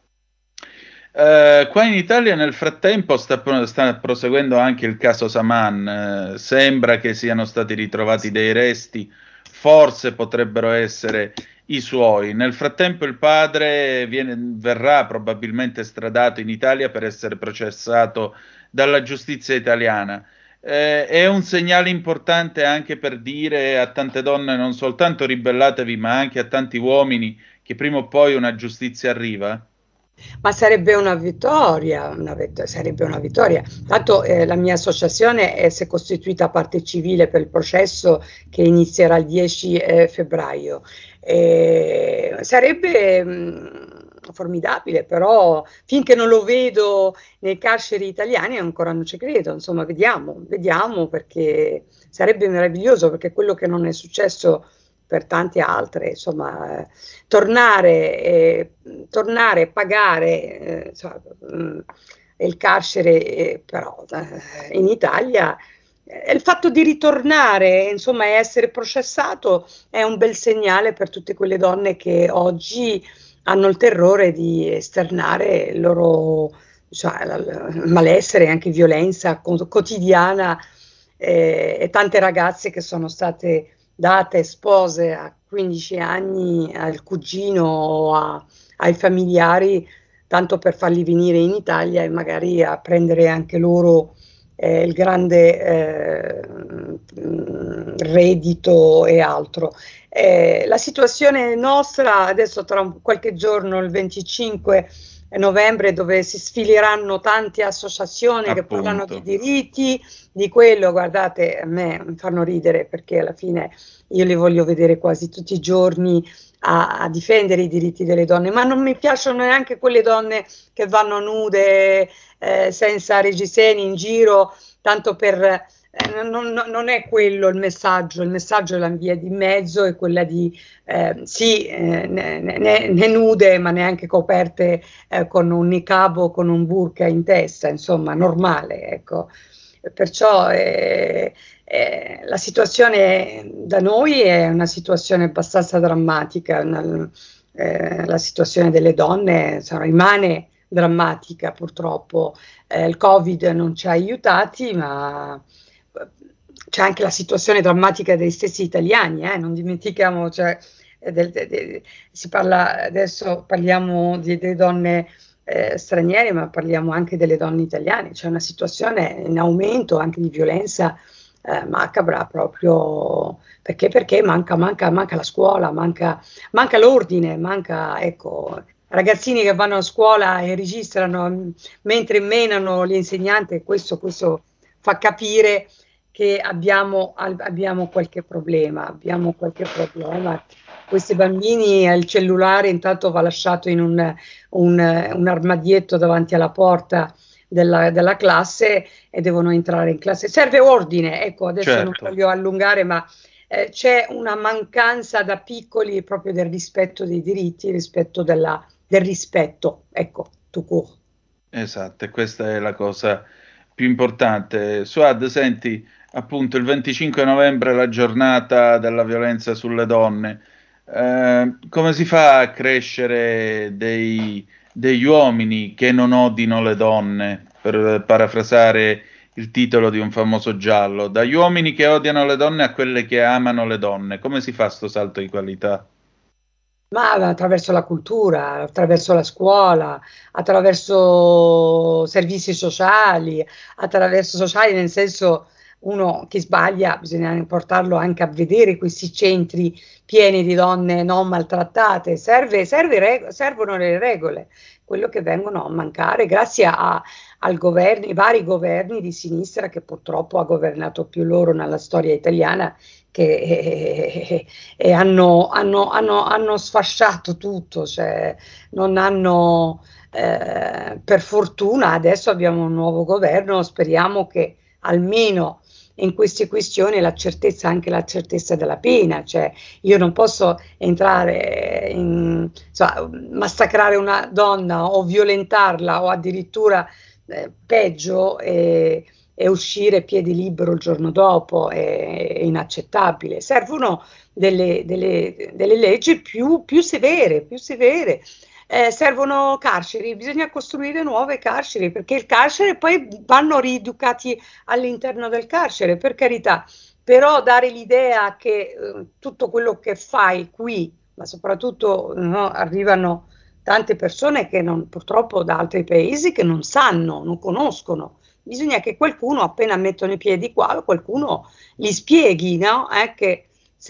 qua in Italia nel frattempo sta proseguendo anche il caso Saman, sembra che siano stati ritrovati dei resti, forse potrebbero essere i suoi. Nel frattempo il padre verrà probabilmente estradato in Italia per essere processato dalla giustizia italiana. È un segnale importante anche per dire a tante donne non soltanto ribellatevi, ma anche a tanti uomini che prima o poi una giustizia arriva? Ma sarebbe una vittoria, sarebbe una vittoria. Tanto la mia associazione si è costituita a parte civile per il processo che inizierà il 10 febbraio. Sarebbe formidabile, però finché non lo vedo nei carceri italiani ancora non ci credo, insomma vediamo perché sarebbe meraviglioso, perché quello che non è successo per tante altre, insomma, tornare a pagare il carcere, però in Italia il fatto di ritornare, insomma, e essere processato è un bel segnale per tutte quelle donne che oggi hanno il terrore di esternare il loro malessere e anche violenza quotidiana, e tante ragazze che sono state date spose a 15 anni al cugino o ai familiari, tanto per farli venire in Italia e magari a prendere anche loro il grande reddito e altro. La situazione nostra adesso, tra qualche giorno, il 25 novembre, dove si sfileranno tante associazioni che parlano di diritti, di quello, guardate, a me mi fanno ridere, perché alla fine io li voglio vedere quasi tutti i giorni a difendere i diritti delle donne, ma non mi piacciono neanche quelle donne che vanno nude, senza reggiseni in giro, tanto per... non è quello il messaggio è la via di mezzo, è quella di né nude ma neanche coperte con un niqab o con un burqa in testa, insomma normale, ecco. Perciò la situazione da noi è una situazione abbastanza drammatica, la situazione delle donne rimane drammatica purtroppo. Il Covid non ci ha aiutati, ma c'è anche la situazione drammatica dei stessi italiani, non dimentichiamo, si parla adesso, parliamo delle donne straniere, ma parliamo anche delle donne italiane. C'è una situazione in aumento anche di violenza macabra, proprio perché manca la scuola, manca l'ordine, ecco, ragazzini che vanno a scuola e registrano mentre menano l'insegnante. Questo fa capire che abbiamo qualche problema. Questi bambini, il cellulare intanto va lasciato in un armadietto davanti alla porta della classe e devono entrare in classe. Serve ordine, ecco, adesso non voglio allungare, ma c'è una mancanza da piccoli proprio del rispetto dei diritti, del rispetto, ecco, tout court. Esatto, e questa è la cosa più importante. Suad, senti, appunto il 25 novembre è la giornata della violenza sulle donne. Come si fa a crescere degli uomini che non odino le donne, per parafrasare il titolo di un famoso giallo, dagli uomini che odiano le donne a quelle che amano le donne? Come si fa sto salto di qualità? Ma attraverso la cultura, attraverso la scuola, attraverso servizi sociali, nel senso, uno che sbaglia bisogna portarlo anche a vedere questi centri pieni di donne non maltrattate. Servono le regole, quello che vengono a mancare grazie ai vari governi di sinistra che purtroppo ha governato più loro nella storia italiana, che hanno sfasciato tutto, non hanno, per fortuna adesso abbiamo un nuovo governo, speriamo che almeno in queste questioni anche la certezza della pena, io non posso entrare massacrare una donna o violentarla o addirittura peggio e uscire piedi libero il giorno dopo. È inaccettabile. Servono delle leggi più severe. Servono carceri, bisogna costruire nuove carceri, perché il carcere poi vanno rieducati all'interno del carcere, per carità, però dare l'idea che tutto quello che fai qui, ma soprattutto arrivano tante persone che purtroppo da altri paesi che non sanno, non conoscono. Bisogna che qualcuno, appena mettono i piedi qua, qualcuno gli spieghi, no? Che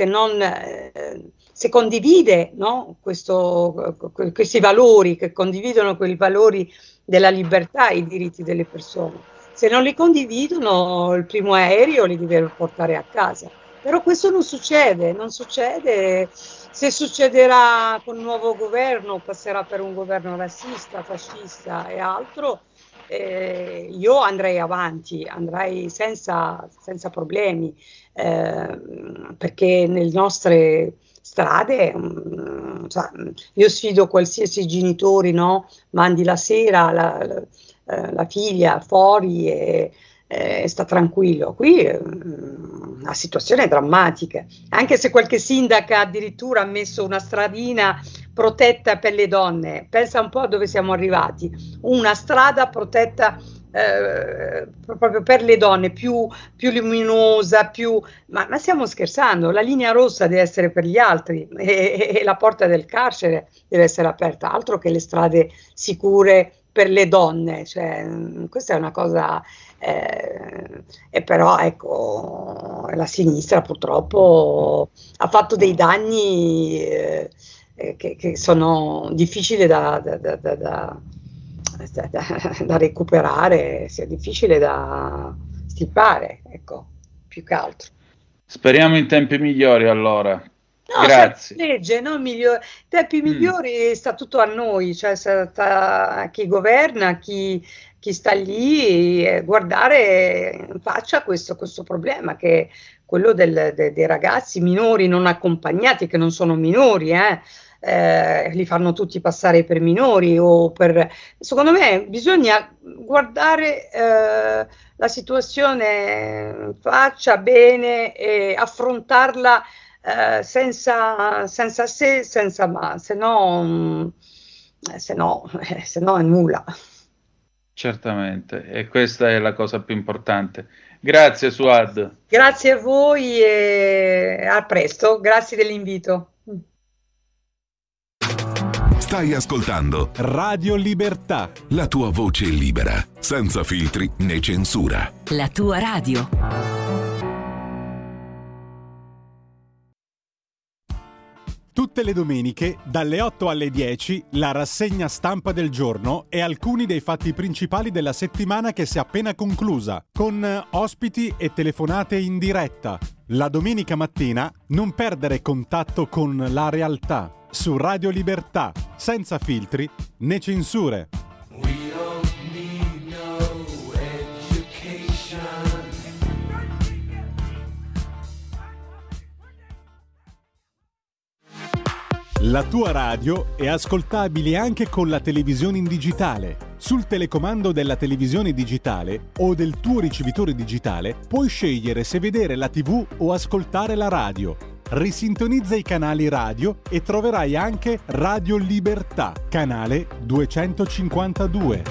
se condivide, no? Questi valori, che condividono quei valori della libertà e i diritti delle persone. Se non li condividono, il primo aereo li deve portare a casa. Però questo non succede, se succederà con il nuovo governo, passerà per un governo razzista, fascista e altro, io andrei avanti, andrei senza problemi, perché nelle nostre strade, io sfido qualsiasi genitore, no? Mandi la sera la figlia fuori e sta tranquillo. Qui la situazione è drammatica, anche se qualche sindaca addirittura ha messo una stradina protetta per le donne. Pensa un po' a dove siamo arrivati, una strada protetta proprio per le donne, più luminosa, ma stiamo scherzando? La linea rossa deve essere per gli altri e la porta del carcere deve essere aperta, altro che le strade sicure per le donne, cioè, questa è una cosa, e però ecco, la sinistra purtroppo ha fatto dei danni che sono difficili da recuperare, sia difficile da stipare, ecco, più che altro. Speriamo in tempi migliori allora. No, Grazie. Legge, no, tempi migliori sta tutto a noi, cioè sta chi governa, chi sta lì, guardare in faccia questo problema che è quello dei ragazzi minori non accompagnati, che non sono minori, li fanno tutti passare per minori secondo me bisogna guardare la situazione in faccia bene e affrontarla senza se, senza ma, se no è nulla. Certamente, e questa è la cosa più importante. Grazie Suad. Grazie a voi e a presto, grazie dell'invito. Stai ascoltando Radio Libertà, la tua voce libera, senza filtri né censura. La tua radio. Tutte le domeniche, dalle 8 alle 10, la rassegna stampa del giorno e alcuni dei fatti principali della settimana che si è appena conclusa, con ospiti e telefonate in diretta. La domenica mattina non perdere contatto con la realtà, su Radio Libertà, senza filtri né censure. La tua radio è ascoltabile anche con la televisione in digitale. Sul telecomando della televisione digitale o del tuo ricevitore digitale puoi scegliere se vedere la TV o ascoltare la radio. Risintonizza i canali radio e troverai anche Radio Libertà, canale 252.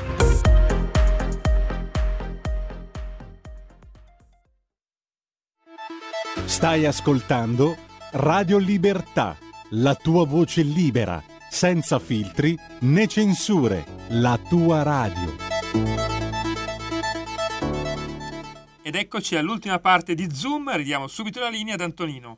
Stai ascoltando Radio Libertà, la tua voce libera, senza filtri né censure, la tua radio. Ed eccoci all'ultima parte di Zoom, ridiamo subito la linea ad Antonino.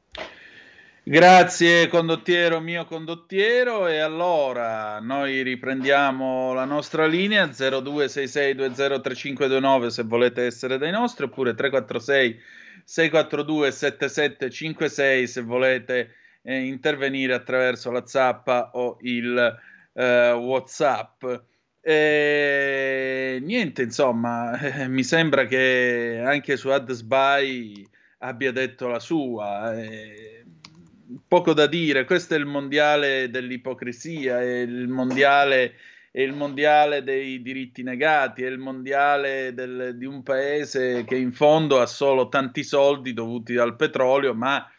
Grazie condottiero, mio condottiero, e allora noi riprendiamo la nostra linea 0266203529 se volete essere dei nostri, oppure 346 642 7756 se volete intervenire attraverso la zappa o il WhatsApp. Niente, insomma, mi sembra che anche su Adesbai abbia detto la sua. Poco da dire, questo è il mondiale dell'ipocrisia, è il mondiale dei diritti negati, è il mondiale di un paese che in fondo ha solo tanti soldi dovuti al petrolio, ma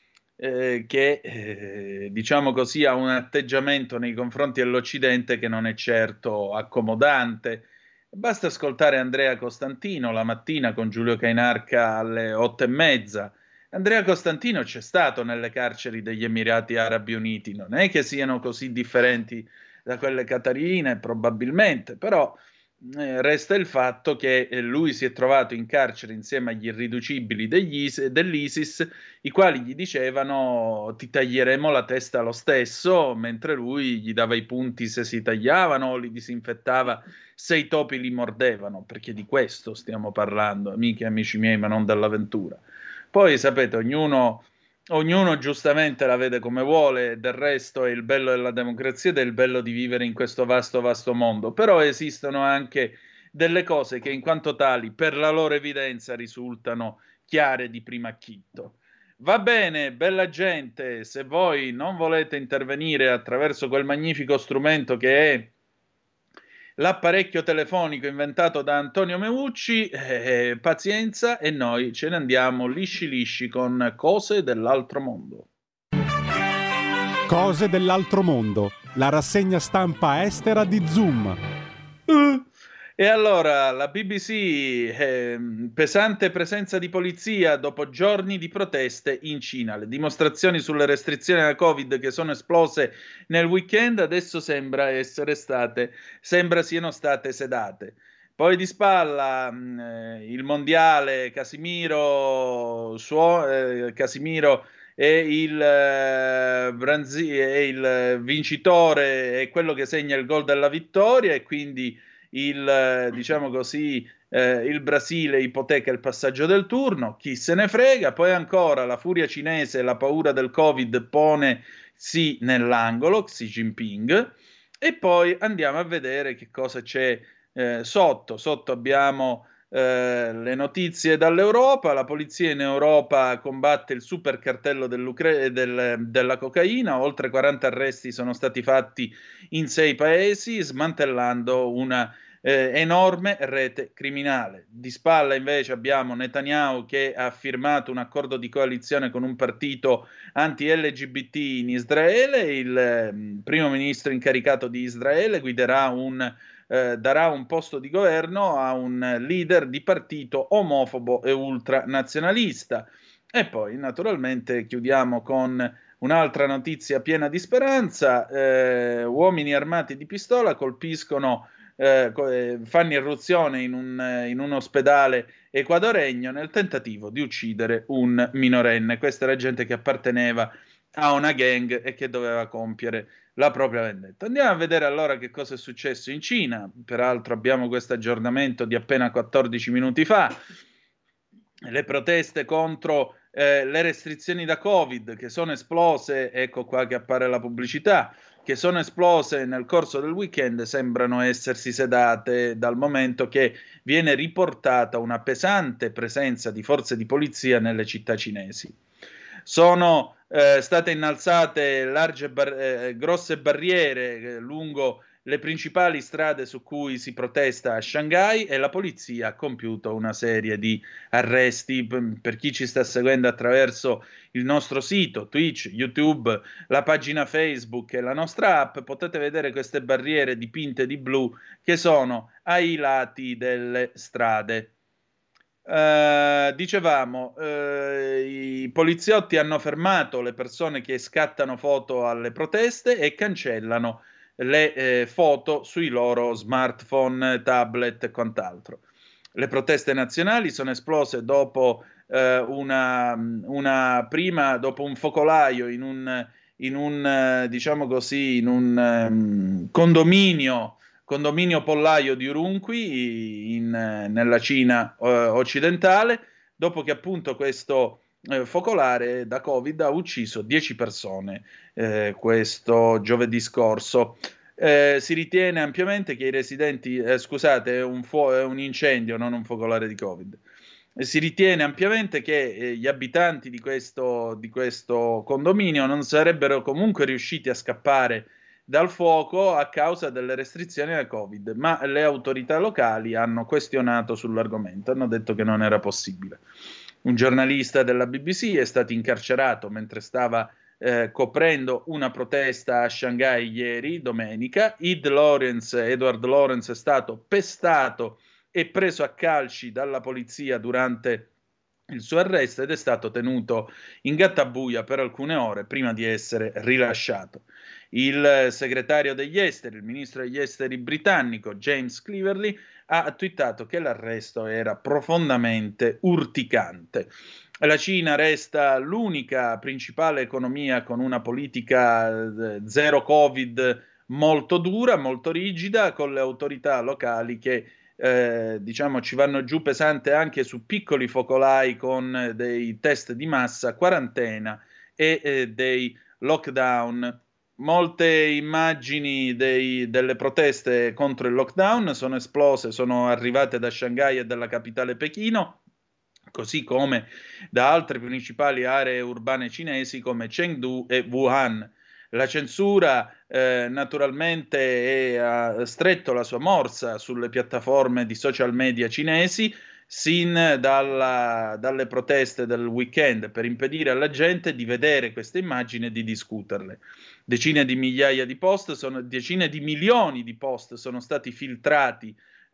che diciamo così ha un atteggiamento nei confronti dell'Occidente che non è certo accomodante. Basta ascoltare Andrea Costantino la mattina con Giulio Cainarca alle 8:30. Andrea Costantino c'è stato nelle carceri degli Emirati Arabi Uniti, non è che siano così differenti da quelle qatarine, probabilmente, però resta il fatto che lui si è trovato in carcere insieme agli irriducibili dell'ISIS, i quali gli dicevano ti taglieremo la testa lo stesso, mentre lui gli dava i punti se si tagliavano o li disinfettava se i topi li mordevano, perché di questo stiamo parlando, amiche e amici miei, ma non dell'avventura. Poi sapete, ognuno giustamente la vede come vuole, del resto è il bello della democrazia ed è il bello di vivere in questo vasto, vasto mondo. Però esistono anche delle cose che in quanto tali, per la loro evidenza, risultano chiare di primo acchito. Va bene, bella gente, se voi non volete intervenire attraverso quel magnifico strumento che è l'apparecchio telefonico inventato da Antonio Meucci, pazienza, e noi ce ne andiamo lisci lisci con Cose dell'altro mondo. Cose dell'altro mondo, la rassegna stampa estera di Zoom. E allora la BBC, pesante presenza di polizia dopo giorni di proteste in Cina. Le dimostrazioni sulle restrizioni alla Covid che sono esplose nel weekend adesso sembra siano state sedate. Poi di spalla il mondiale, Casimiro è il vincitore, è quello che segna il gol della vittoria e quindi diciamo così, il Brasile ipoteca il passaggio del turno, chi se ne frega. Poi ancora la furia cinese, la paura del Covid pone sì nell'angolo, Xi Jinping, e poi andiamo a vedere che cosa c'è sotto abbiamo le notizie dall'Europa. La polizia in Europa combatte il super cartello della cocaina, oltre 40 arresti sono stati fatti in 6 paesi, smantellando una enorme rete criminale. Di spalla invece abbiamo Netanyahu che ha firmato un accordo di coalizione con un partito anti-LGBT in Israele. Il primo ministro incaricato di Israele darà un posto di governo a un leader di partito omofobo e ultranazionalista. E poi naturalmente chiudiamo con un'altra notizia piena di speranza. Uomini armati di pistola colpiscono fanno irruzione in un ospedale ecuadoregno nel tentativo di uccidere un minorenne. Questa era gente che apparteneva a una gang e che doveva compiere la propria vendetta. Andiamo a vedere allora che cosa è successo in Cina. Peraltro abbiamo questo aggiornamento di appena 14 minuti fa. Le proteste contro le restrizioni da Covid che sono esplose, ecco qua che appare la pubblicità, che sono esplose nel corso del weekend, sembrano essersi sedate dal momento che viene riportata una pesante presenza di forze di polizia nelle città cinesi. Sono state innalzate grosse barriere lungo le principali strade su cui si protesta a Shanghai e la polizia ha compiuto una serie di arresti. Per chi ci sta seguendo attraverso il nostro sito, Twitch, YouTube, la pagina Facebook e la nostra app, potete vedere queste barriere dipinte di blu che sono ai lati delle strade. Dicevamo, i poliziotti hanno fermato le persone che scattano foto alle proteste e cancellano le foto sui loro smartphone, tablet e quant'altro. Le proteste nazionali sono esplose dopo dopo un focolaio in un diciamo così, in un condominio pollaio di Urumqi nella Cina occidentale, dopo che appunto questo focolare da Covid ha ucciso 10 persone questo giovedì scorso. Si ritiene ampiamente che i residenti, scusate, è un incendio, non un focolare di Covid. Si ritiene ampiamente che gli abitanti di questo condominio non sarebbero comunque riusciti a scappare dal fuoco a causa delle restrizioni al Covid, ma le autorità locali hanno questionato sull'argomento, hanno detto che non era possibile. Un giornalista della BBC è stato incarcerato mentre stava coprendo una protesta a Shanghai ieri, domenica. Edward Lawrence è stato pestato e preso a calci dalla polizia durante il suo arresto ed è stato tenuto in gattabuia per alcune ore prima di essere rilasciato. Il segretario degli esteri, il ministro degli esteri britannico James Cleverly, ha twittato che l'arresto era profondamente urticante. La Cina resta l'unica principale economia con una politica zero Covid molto dura, molto rigida, con le autorità locali che diciamo ci vanno giù pesante anche su piccoli focolai con dei test di massa, quarantena e dei lockdown. Molte immagini delle proteste contro il lockdown sono esplose, sono arrivate da Shanghai e dalla capitale Pechino, così come da altre principali aree urbane cinesi come Chengdu e Wuhan. La censura naturalmente ha stretto la sua morsa sulle piattaforme di social media cinesi sin dalle proteste del weekend per impedire alla gente di vedere queste immagini e di discuterle. Decine di migliaia di post, decine di milioni di post sono stati filtrati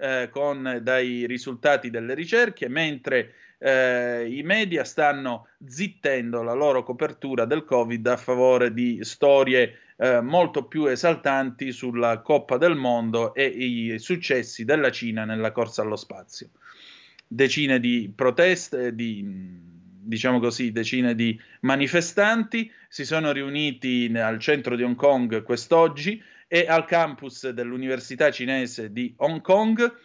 dai risultati delle ricerche, mentre i media stanno zittendo la loro copertura del Covid a favore di storie molto più esaltanti sulla Coppa del Mondo e i successi della Cina nella corsa allo spazio. Decine di proteste, diciamo così, decine di manifestanti si sono riuniti al centro di Hong Kong quest'oggi e al campus dell'Università cinese di Hong Kong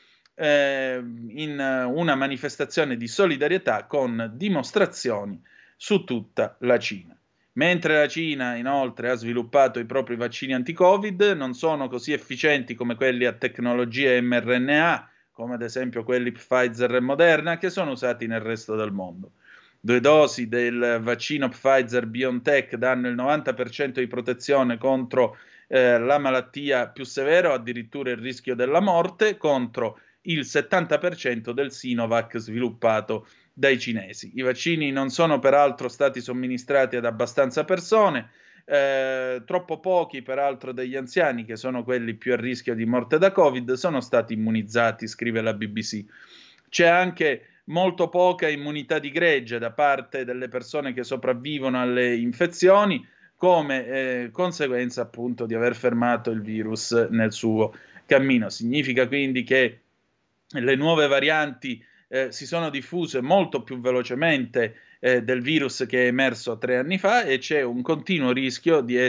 in una manifestazione di solidarietà con dimostrazioni su tutta la Cina. Mentre la Cina inoltre ha sviluppato i propri vaccini anti-Covid, non sono così efficienti come quelli a tecnologia mRNA, come ad esempio quelli Pfizer e Moderna, che sono usati nel resto del mondo. 2 dosi del vaccino Pfizer-BioNTech danno il 90% di protezione contro la malattia più severa o addirittura il rischio della morte, contro il 70% del Sinovac sviluppato dai cinesi. I vaccini non sono peraltro stati somministrati ad abbastanza persone, troppo pochi peraltro degli anziani, che sono quelli più a rischio di morte da Covid, sono stati immunizzati, scrive la BBC. C'è anche molto poca immunità di gregge da parte delle persone che sopravvivono alle infezioni, come conseguenza appunto di aver fermato il virus nel suo cammino. Significa quindi che le nuove varianti si sono diffuse molto più velocemente del virus che è emerso 3 anni fa, e c'è un continuo rischio di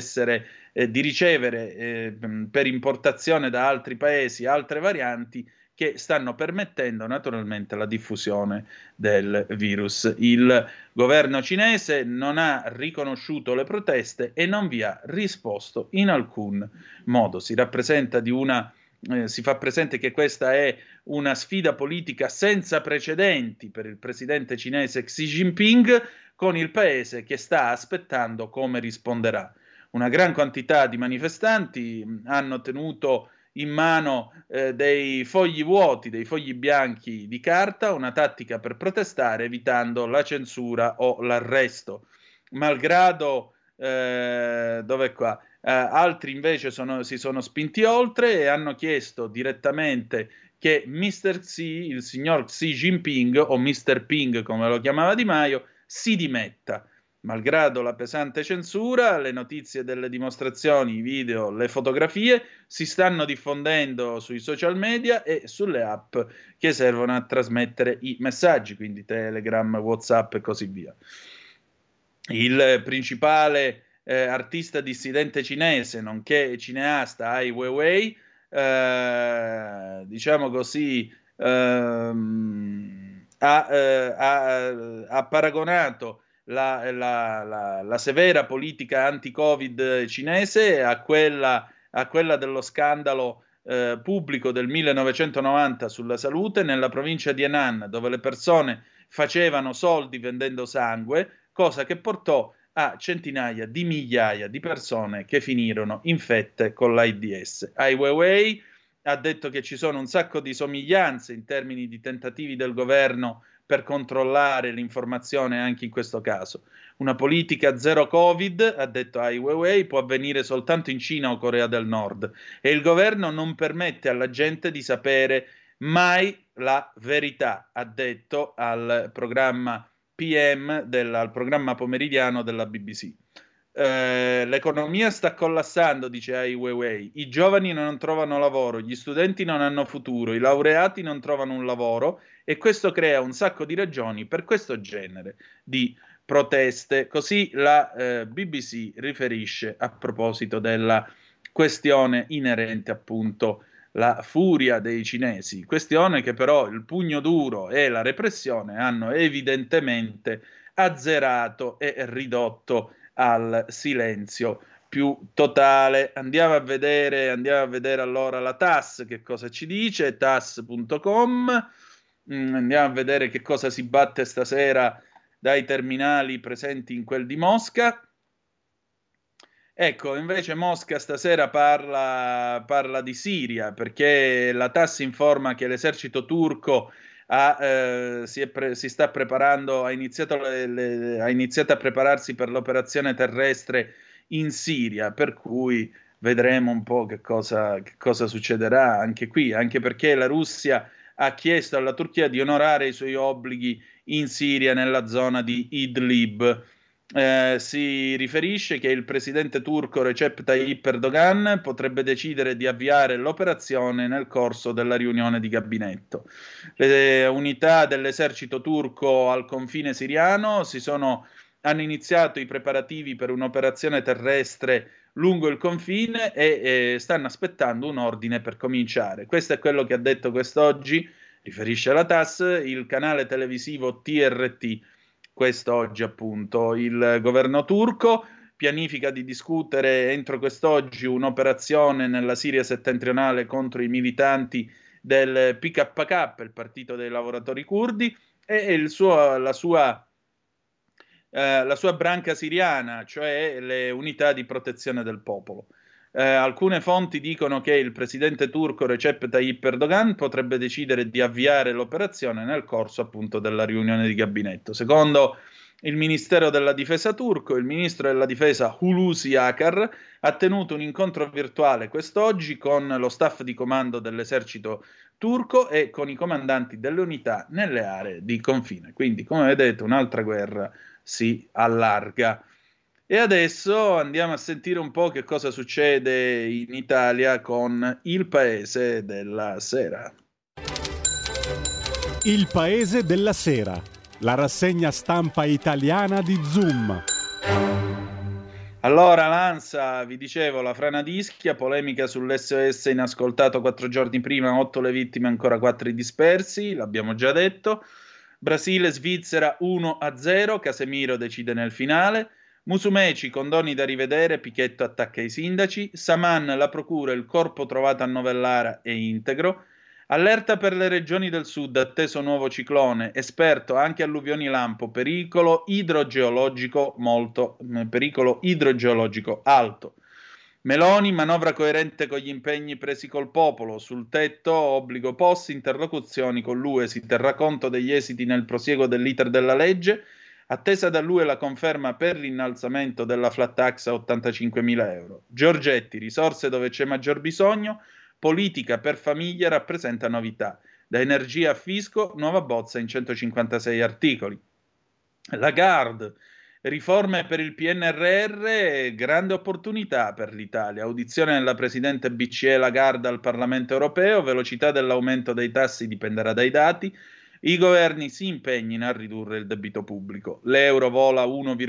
ricevere per importazione da altri paesi altre varianti che stanno permettendo naturalmente la diffusione del virus. Il governo cinese non ha riconosciuto le proteste e non vi ha risposto in alcun modo. Si fa presente che questa è una sfida politica senza precedenti per il presidente cinese Xi Jinping con il paese che sta aspettando come risponderà. Una gran quantità di manifestanti hanno tenuto in mano dei fogli vuoti, dei fogli bianchi di carta, una tattica per protestare evitando la censura o l'arresto. Malgrado dov'è qua? Altri invece si sono spinti oltre e hanno chiesto direttamente che Mr. Xi, il signor Xi Jinping, o Mr. Ping come lo chiamava Di Maio, si dimetta. Malgrado la pesante censura, le notizie delle dimostrazioni, i video, le fotografie si stanno diffondendo sui social media e sulle app che servono a trasmettere i messaggi, quindi Telegram, WhatsApp e così via. Il principale artista dissidente cinese, nonché cineasta Ai Weiwei, diciamo così, ha paragonato la severa politica anti-Covid cinese a quella dello scandalo pubblico del 1990 sulla salute nella provincia di Henan, dove le persone facevano soldi vendendo sangue, cosa che portò a centinaia di migliaia di persone che finirono infette con l'AIDS. Ai Weiwei ha detto che ci sono un sacco di somiglianze in termini di tentativi del governo per controllare l'informazione anche in questo caso. Una politica zero Covid, ha detto Ai Weiwei, può avvenire soltanto in Cina o Corea del Nord, e il governo non permette alla gente di sapere mai la verità, ha detto al programma PM, al programma pomeridiano della BBC. L'economia sta collassando, dice Ai Weiwei, i giovani non trovano lavoro, gli studenti non hanno futuro, i laureati non trovano un lavoro, e questo crea un sacco di ragioni per questo genere di proteste. Così la BBC riferisce a proposito della questione inerente appunto la furia dei cinesi, questione che però il pugno duro e la repressione hanno evidentemente azzerato e ridotto al silenzio più totale. Andiamo a vedere allora la TASS che cosa ci dice, TASS.com. Andiamo a vedere che cosa si batte stasera dai terminali presenti in quel di Mosca. Ecco, invece Mosca stasera parla di Siria, perché la TASS informa che l'esercito turco si sta preparando, ha iniziato a prepararsi per l'operazione terrestre in Siria, per cui vedremo un po' che cosa succederà anche qui, anche perché la Russia ha chiesto alla Turchia di onorare i suoi obblighi in Siria nella zona di Idlib. Si riferisce che il presidente turco Recep Tayyip Erdogan potrebbe decidere di avviare l'operazione nel corso della riunione di gabinetto. Le unità dell'esercito turco al confine siriano hanno iniziato i preparativi per un'operazione terrestre lungo il confine e stanno aspettando un ordine per cominciare. Questo è quello che ha detto quest'oggi, riferisce la TASS, il canale televisivo TRT. Quest'oggi appunto il governo turco pianifica di discutere entro quest'oggi un'operazione nella Siria settentrionale contro i militanti del PKK, il partito dei lavoratori curdi, e la sua branca siriana, cioè le unità di protezione del popolo. Alcune fonti dicono che il presidente turco Recep Tayyip Erdogan potrebbe decidere di avviare l'operazione nel corso appunto della riunione di gabinetto. Secondo il Ministero della Difesa turco, il ministro della Difesa Hulusi Akar ha tenuto un incontro virtuale quest'oggi con lo staff di comando dell'esercito turco e con i comandanti delle unità nelle aree di confine. Quindi, come vedete, un'altra guerra si allarga. E adesso andiamo a sentire un po' che cosa succede in Italia con il Paese della Sera. Il Paese della Sera, la rassegna stampa italiana di Zoom. Allora, l'ANSA, vi dicevo, la frana di Ischia, polemica sull'SOS inascoltato 4 giorni prima, 8 le vittime, ancora 4 i dispersi, l'abbiamo già detto. Brasile-Svizzera 1-0, Casemiro decide nel finale. Musumeci, condoni da rivedere, Pichetto attacca i sindaci. Saman, la procura, il corpo trovato a Novellara è integro. Allerta per le regioni del sud, atteso nuovo ciclone, esperto anche alluvioni lampo, pericolo idrogeologico alto. Meloni, manovra coerente con gli impegni presi col popolo, sul tetto, obbligo POS, interlocuzioni con l'UE, si terrà conto degli esiti nel prosieguo dell'iter della legge, attesa dall'UE la conferma per l'innalzamento della flat tax a 85.000 euro. Giorgetti, risorse dove c'è maggior bisogno, politica per famiglie rappresenta novità. Da energia a fisco, nuova bozza in 156 articoli. Lagarde, riforme per il PNRR, grande opportunità per l'Italia. Audizione della Presidente BCE Lagarde al Parlamento europeo, velocità dell'aumento dei tassi dipenderà dai dati. I governi si impegnino a ridurre il debito pubblico. L'euro vola a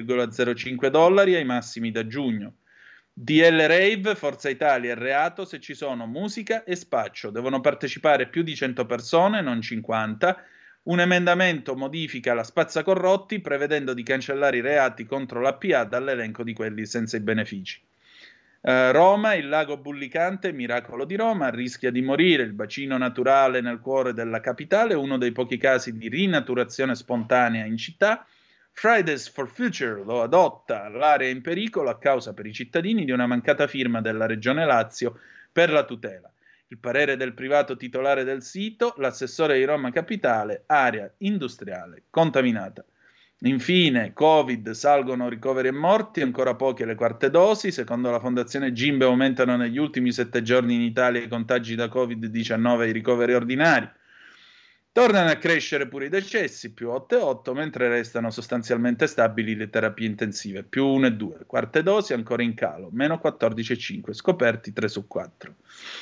$1,05 ai massimi da giugno. DL Rave, Forza Italia è reato se ci sono musica e spaccio. Devono partecipare più di 100 persone, non 50. Un emendamento modifica la spazzacorrotti prevedendo di cancellare i reati contro l'APA dall'elenco di quelli senza i benefici. Roma, il lago bullicante, miracolo di Roma, rischia di morire il bacino naturale nel cuore della capitale, uno dei pochi casi di rinaturazione spontanea in città. Fridays for Future lo adotta, l'area è in pericolo a causa per i cittadini di una mancata firma della Regione Lazio per la tutela. Il parere del privato titolare del sito, l'assessore di Roma Capitale, area industriale contaminata. Infine, Covid, salgono ricoveri e morti, ancora poche le quarte dosi. Secondo la Fondazione Gimbe aumentano negli ultimi 7 giorni in Italia i contagi da Covid-19 e i ricoveri ordinari. Tornano a crescere pure i decessi, più 8,8, mentre restano sostanzialmente stabili le terapie intensive, più 1,2. Quarte dosi ancora in calo, meno 14,5, scoperti 3 su 4.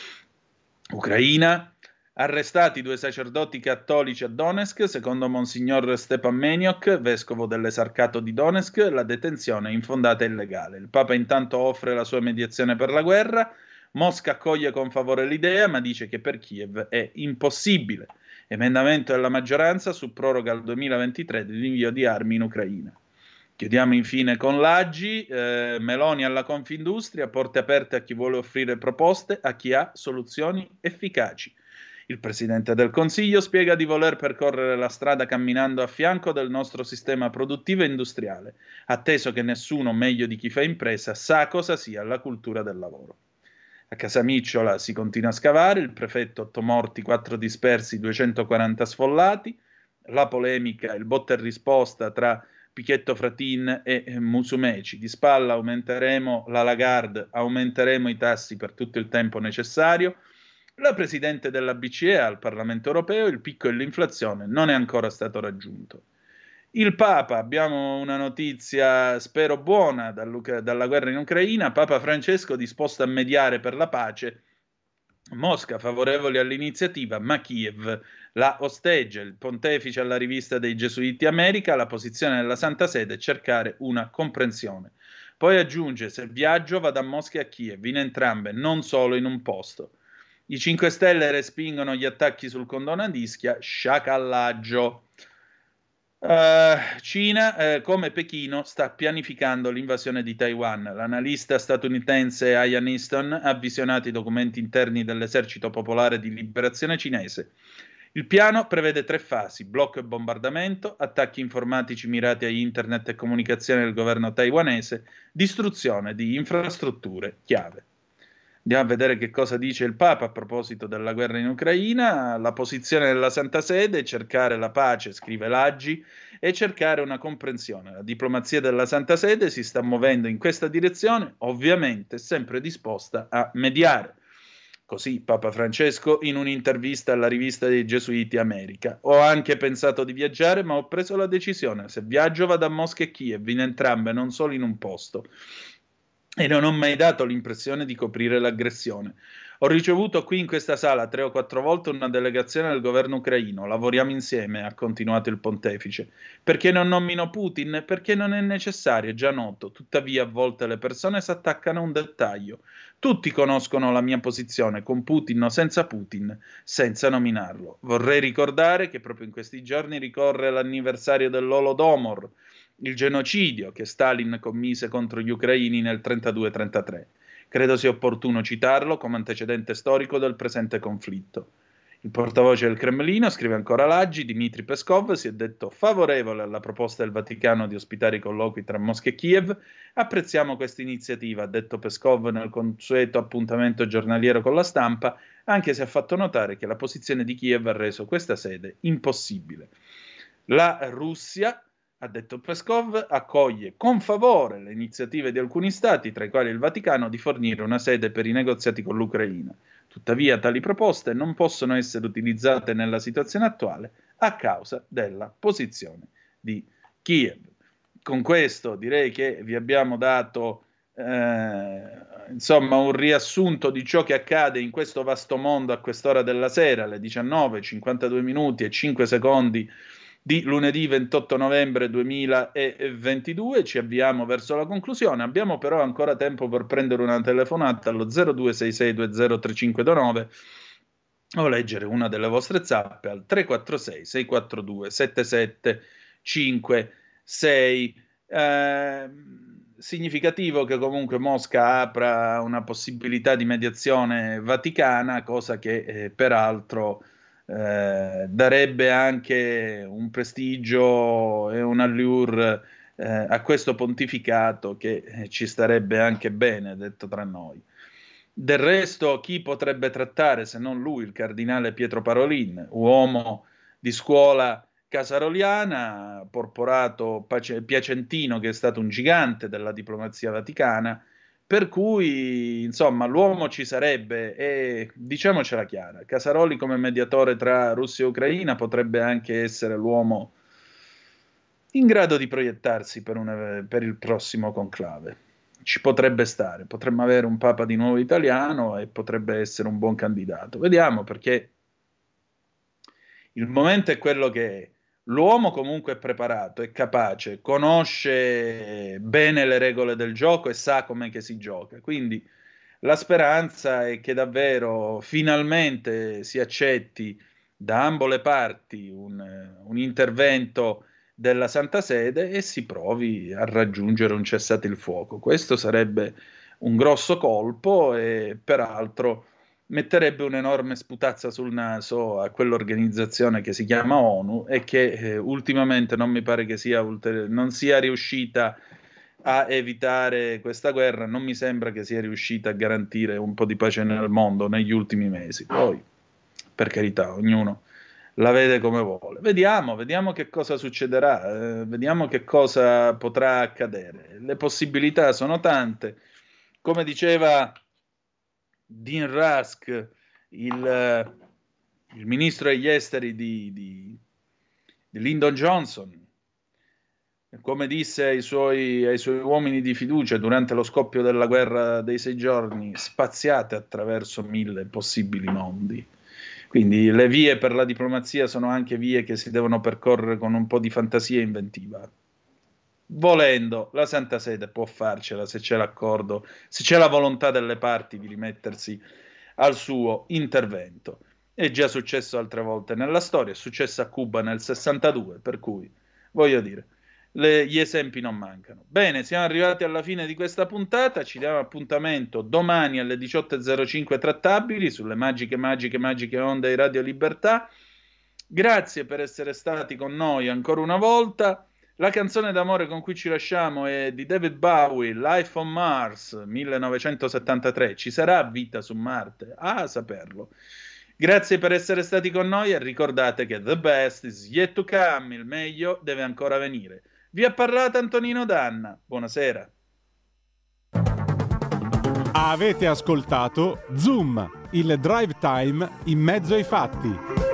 Ucraina, arrestati 2 sacerdoti cattolici a Donetsk, secondo Monsignor Stepan Meniok, vescovo dell'esarcato di Donetsk, la detenzione è infondata e illegale. Il Papa intanto offre la sua mediazione per la guerra, Mosca accoglie con favore l'idea, ma dice che per Kiev è impossibile. Emendamento della maggioranza su proroga al 2023 dell'invio di armi in Ucraina. Chiudiamo infine con l'Aggi, Meloni alla Confindustria, porte aperte a chi vuole offrire proposte, a chi ha soluzioni efficaci. Il Presidente del Consiglio spiega di voler percorrere la strada camminando a fianco del nostro sistema produttivo e industriale, atteso che nessuno meglio di chi fa impresa sa cosa sia la cultura del lavoro. A Casamicciola si continua a scavare, il prefetto 8 morti, 4 dispersi, 240 sfollati, la polemica, il botta e risposta tra Pichetto Fratin e Musumeci. Di spalla aumenteremo la Lagarde, aumenteremo i tassi per tutto il tempo necessario. La Presidente della BCE al Parlamento europeo, il picco dell'inflazione non è ancora stato raggiunto. Il Papa, abbiamo una notizia spero buona dalla guerra in Ucraina, Papa Francesco disposto a mediare per la pace, Mosca favorevoli all'iniziativa, ma Kiev la osteggia. Il pontefice alla rivista dei Gesuiti America, la posizione della Santa Sede è cercare una comprensione. Poi aggiunge, se viaggio vado a Mosca e a Kiev, in entrambe, non solo in un posto. I 5 Stelle respingono gli attacchi sul condono ad Ischia, sciacallaggio. Cina, come Pechino, sta pianificando l'invasione di Taiwan. L'analista statunitense Ian Easton ha visionato i documenti interni dell'Esercito Popolare di Liberazione cinese. Il piano prevede 3 fasi: blocco e bombardamento, attacchi informatici mirati a internet e comunicazioni del governo taiwanese, distruzione di infrastrutture chiave. Andiamo a vedere che cosa dice il Papa a proposito della guerra in Ucraina. La posizione della Santa Sede è cercare la pace, scrive l'Aggi, e cercare una comprensione. La diplomazia della Santa Sede si sta muovendo in questa direzione, ovviamente sempre disposta a mediare. Così Papa Francesco in un'intervista alla rivista dei Gesuiti America. Ho anche pensato di viaggiare, ma ho preso la decisione. Se viaggio vado a Mosca e Kiev, in entrambe, non solo in un posto. E non ho mai dato l'impressione di coprire l'aggressione. Ho ricevuto qui in questa sala 3 o 4 volte una delegazione del governo ucraino. Lavoriamo insieme, ha continuato il pontefice. Perché non nomino Putin? Perché non è necessario, è già noto. Tuttavia a volte le persone si attaccano a un dettaglio. Tutti conoscono la mia posizione, con Putin o senza Putin, senza nominarlo. Vorrei ricordare che proprio in questi giorni ricorre l'anniversario dell'Holodomor, il genocidio che Stalin commise contro gli ucraini nel 1932-1933. Credo sia opportuno citarlo come antecedente storico del presente conflitto. Il portavoce del Cremlino, scrive ancora l'Aggi, Dmitry Peskov, si è detto favorevole alla proposta del Vaticano di ospitare i colloqui tra Mosca e Kiev. Apprezziamo questa iniziativa, ha detto Peskov nel consueto appuntamento giornaliero con la stampa, anche se ha fatto notare che la posizione di Kiev ha reso questa sede impossibile. La Russia, ha detto Peskov, accoglie con favore le iniziative di alcuni stati, tra i quali il Vaticano, di fornire una sede per i negoziati con l'Ucraina. Tuttavia tali proposte non possono essere utilizzate nella situazione attuale a causa della posizione di Kiev. Con questo direi che vi abbiamo dato insomma un riassunto di ciò che accade in questo vasto mondo a quest'ora della sera, alle 19, 52 minuti e 5 secondi di lunedì 28 novembre 2022. Ci avviamo verso la conclusione. Abbiamo però ancora tempo per prendere una telefonata allo 0266203529 o leggere una delle vostre zappe al 346 642 7756. Significativo che comunque Mosca apra una possibilità di mediazione vaticana, cosa che peraltro darebbe anche un prestigio e un allure a questo pontificato che ci starebbe anche bene, detto tra noi. Del resto, chi potrebbe trattare se non lui, il cardinale Pietro Parolin, uomo di scuola casaroliana, porporato piacentino, che è stato un gigante della diplomazia vaticana, per cui, insomma, l'uomo ci sarebbe e diciamocela chiara, Casaroli come mediatore tra Russia e Ucraina potrebbe anche essere l'uomo in grado di proiettarsi per il prossimo conclave. Ci potrebbe stare, potremmo avere un Papa di nuovo italiano e potrebbe essere un buon candidato. Vediamo, perché il momento è quello che è. L'uomo comunque è preparato, è capace, conosce bene le regole del gioco e sa com'è che si gioca, quindi La speranza è che davvero finalmente si accetti da ambo le parti un intervento della Santa Sede e si provi a raggiungere un cessate il fuoco. Questo sarebbe un grosso colpo e peraltro metterebbe un'enorme sputazza sul naso a quell'organizzazione che si chiama ONU e che ultimamente non mi pare che non sia riuscita a evitare questa guerra, non mi sembra che sia riuscita a garantire un po' di pace nel mondo negli ultimi mesi. Poi, per carità, ognuno la vede come vuole. Vediamo che cosa succederà, vediamo che cosa potrà accadere. Le possibilità sono tante. Come diceva Dean Rusk, il ministro degli esteri di Lyndon Johnson, come disse ai suoi uomini di fiducia durante lo scoppio della guerra dei 6 giorni, spaziate attraverso 1000 possibili mondi. Quindi le vie per la diplomazia sono anche vie che si devono percorrere con un po' di fantasia inventiva. Volendo, la Santa Sede può farcela se c'è l'accordo, se c'è la volontà delle parti di rimettersi al suo intervento. È già successo altre volte nella storia, è successo a Cuba nel 62, per cui, voglio dire, gli esempi non mancano. Bene, siamo arrivati alla fine di questa puntata, ci diamo appuntamento domani alle 18.05 trattabili sulle magiche onde di Radio Libertà. Grazie per essere stati con noi ancora una volta. La canzone d'amore con cui ci lasciamo è di David Bowie, Life on Mars, 1973. Ci sarà vita su Marte? Ah, saperlo. Grazie per essere stati con noi e ricordate che the best is yet to come, il meglio deve ancora venire. Vi ha parlato Antonino Danna. Buonasera. Avete ascoltato Zoom, il drive time in mezzo ai fatti.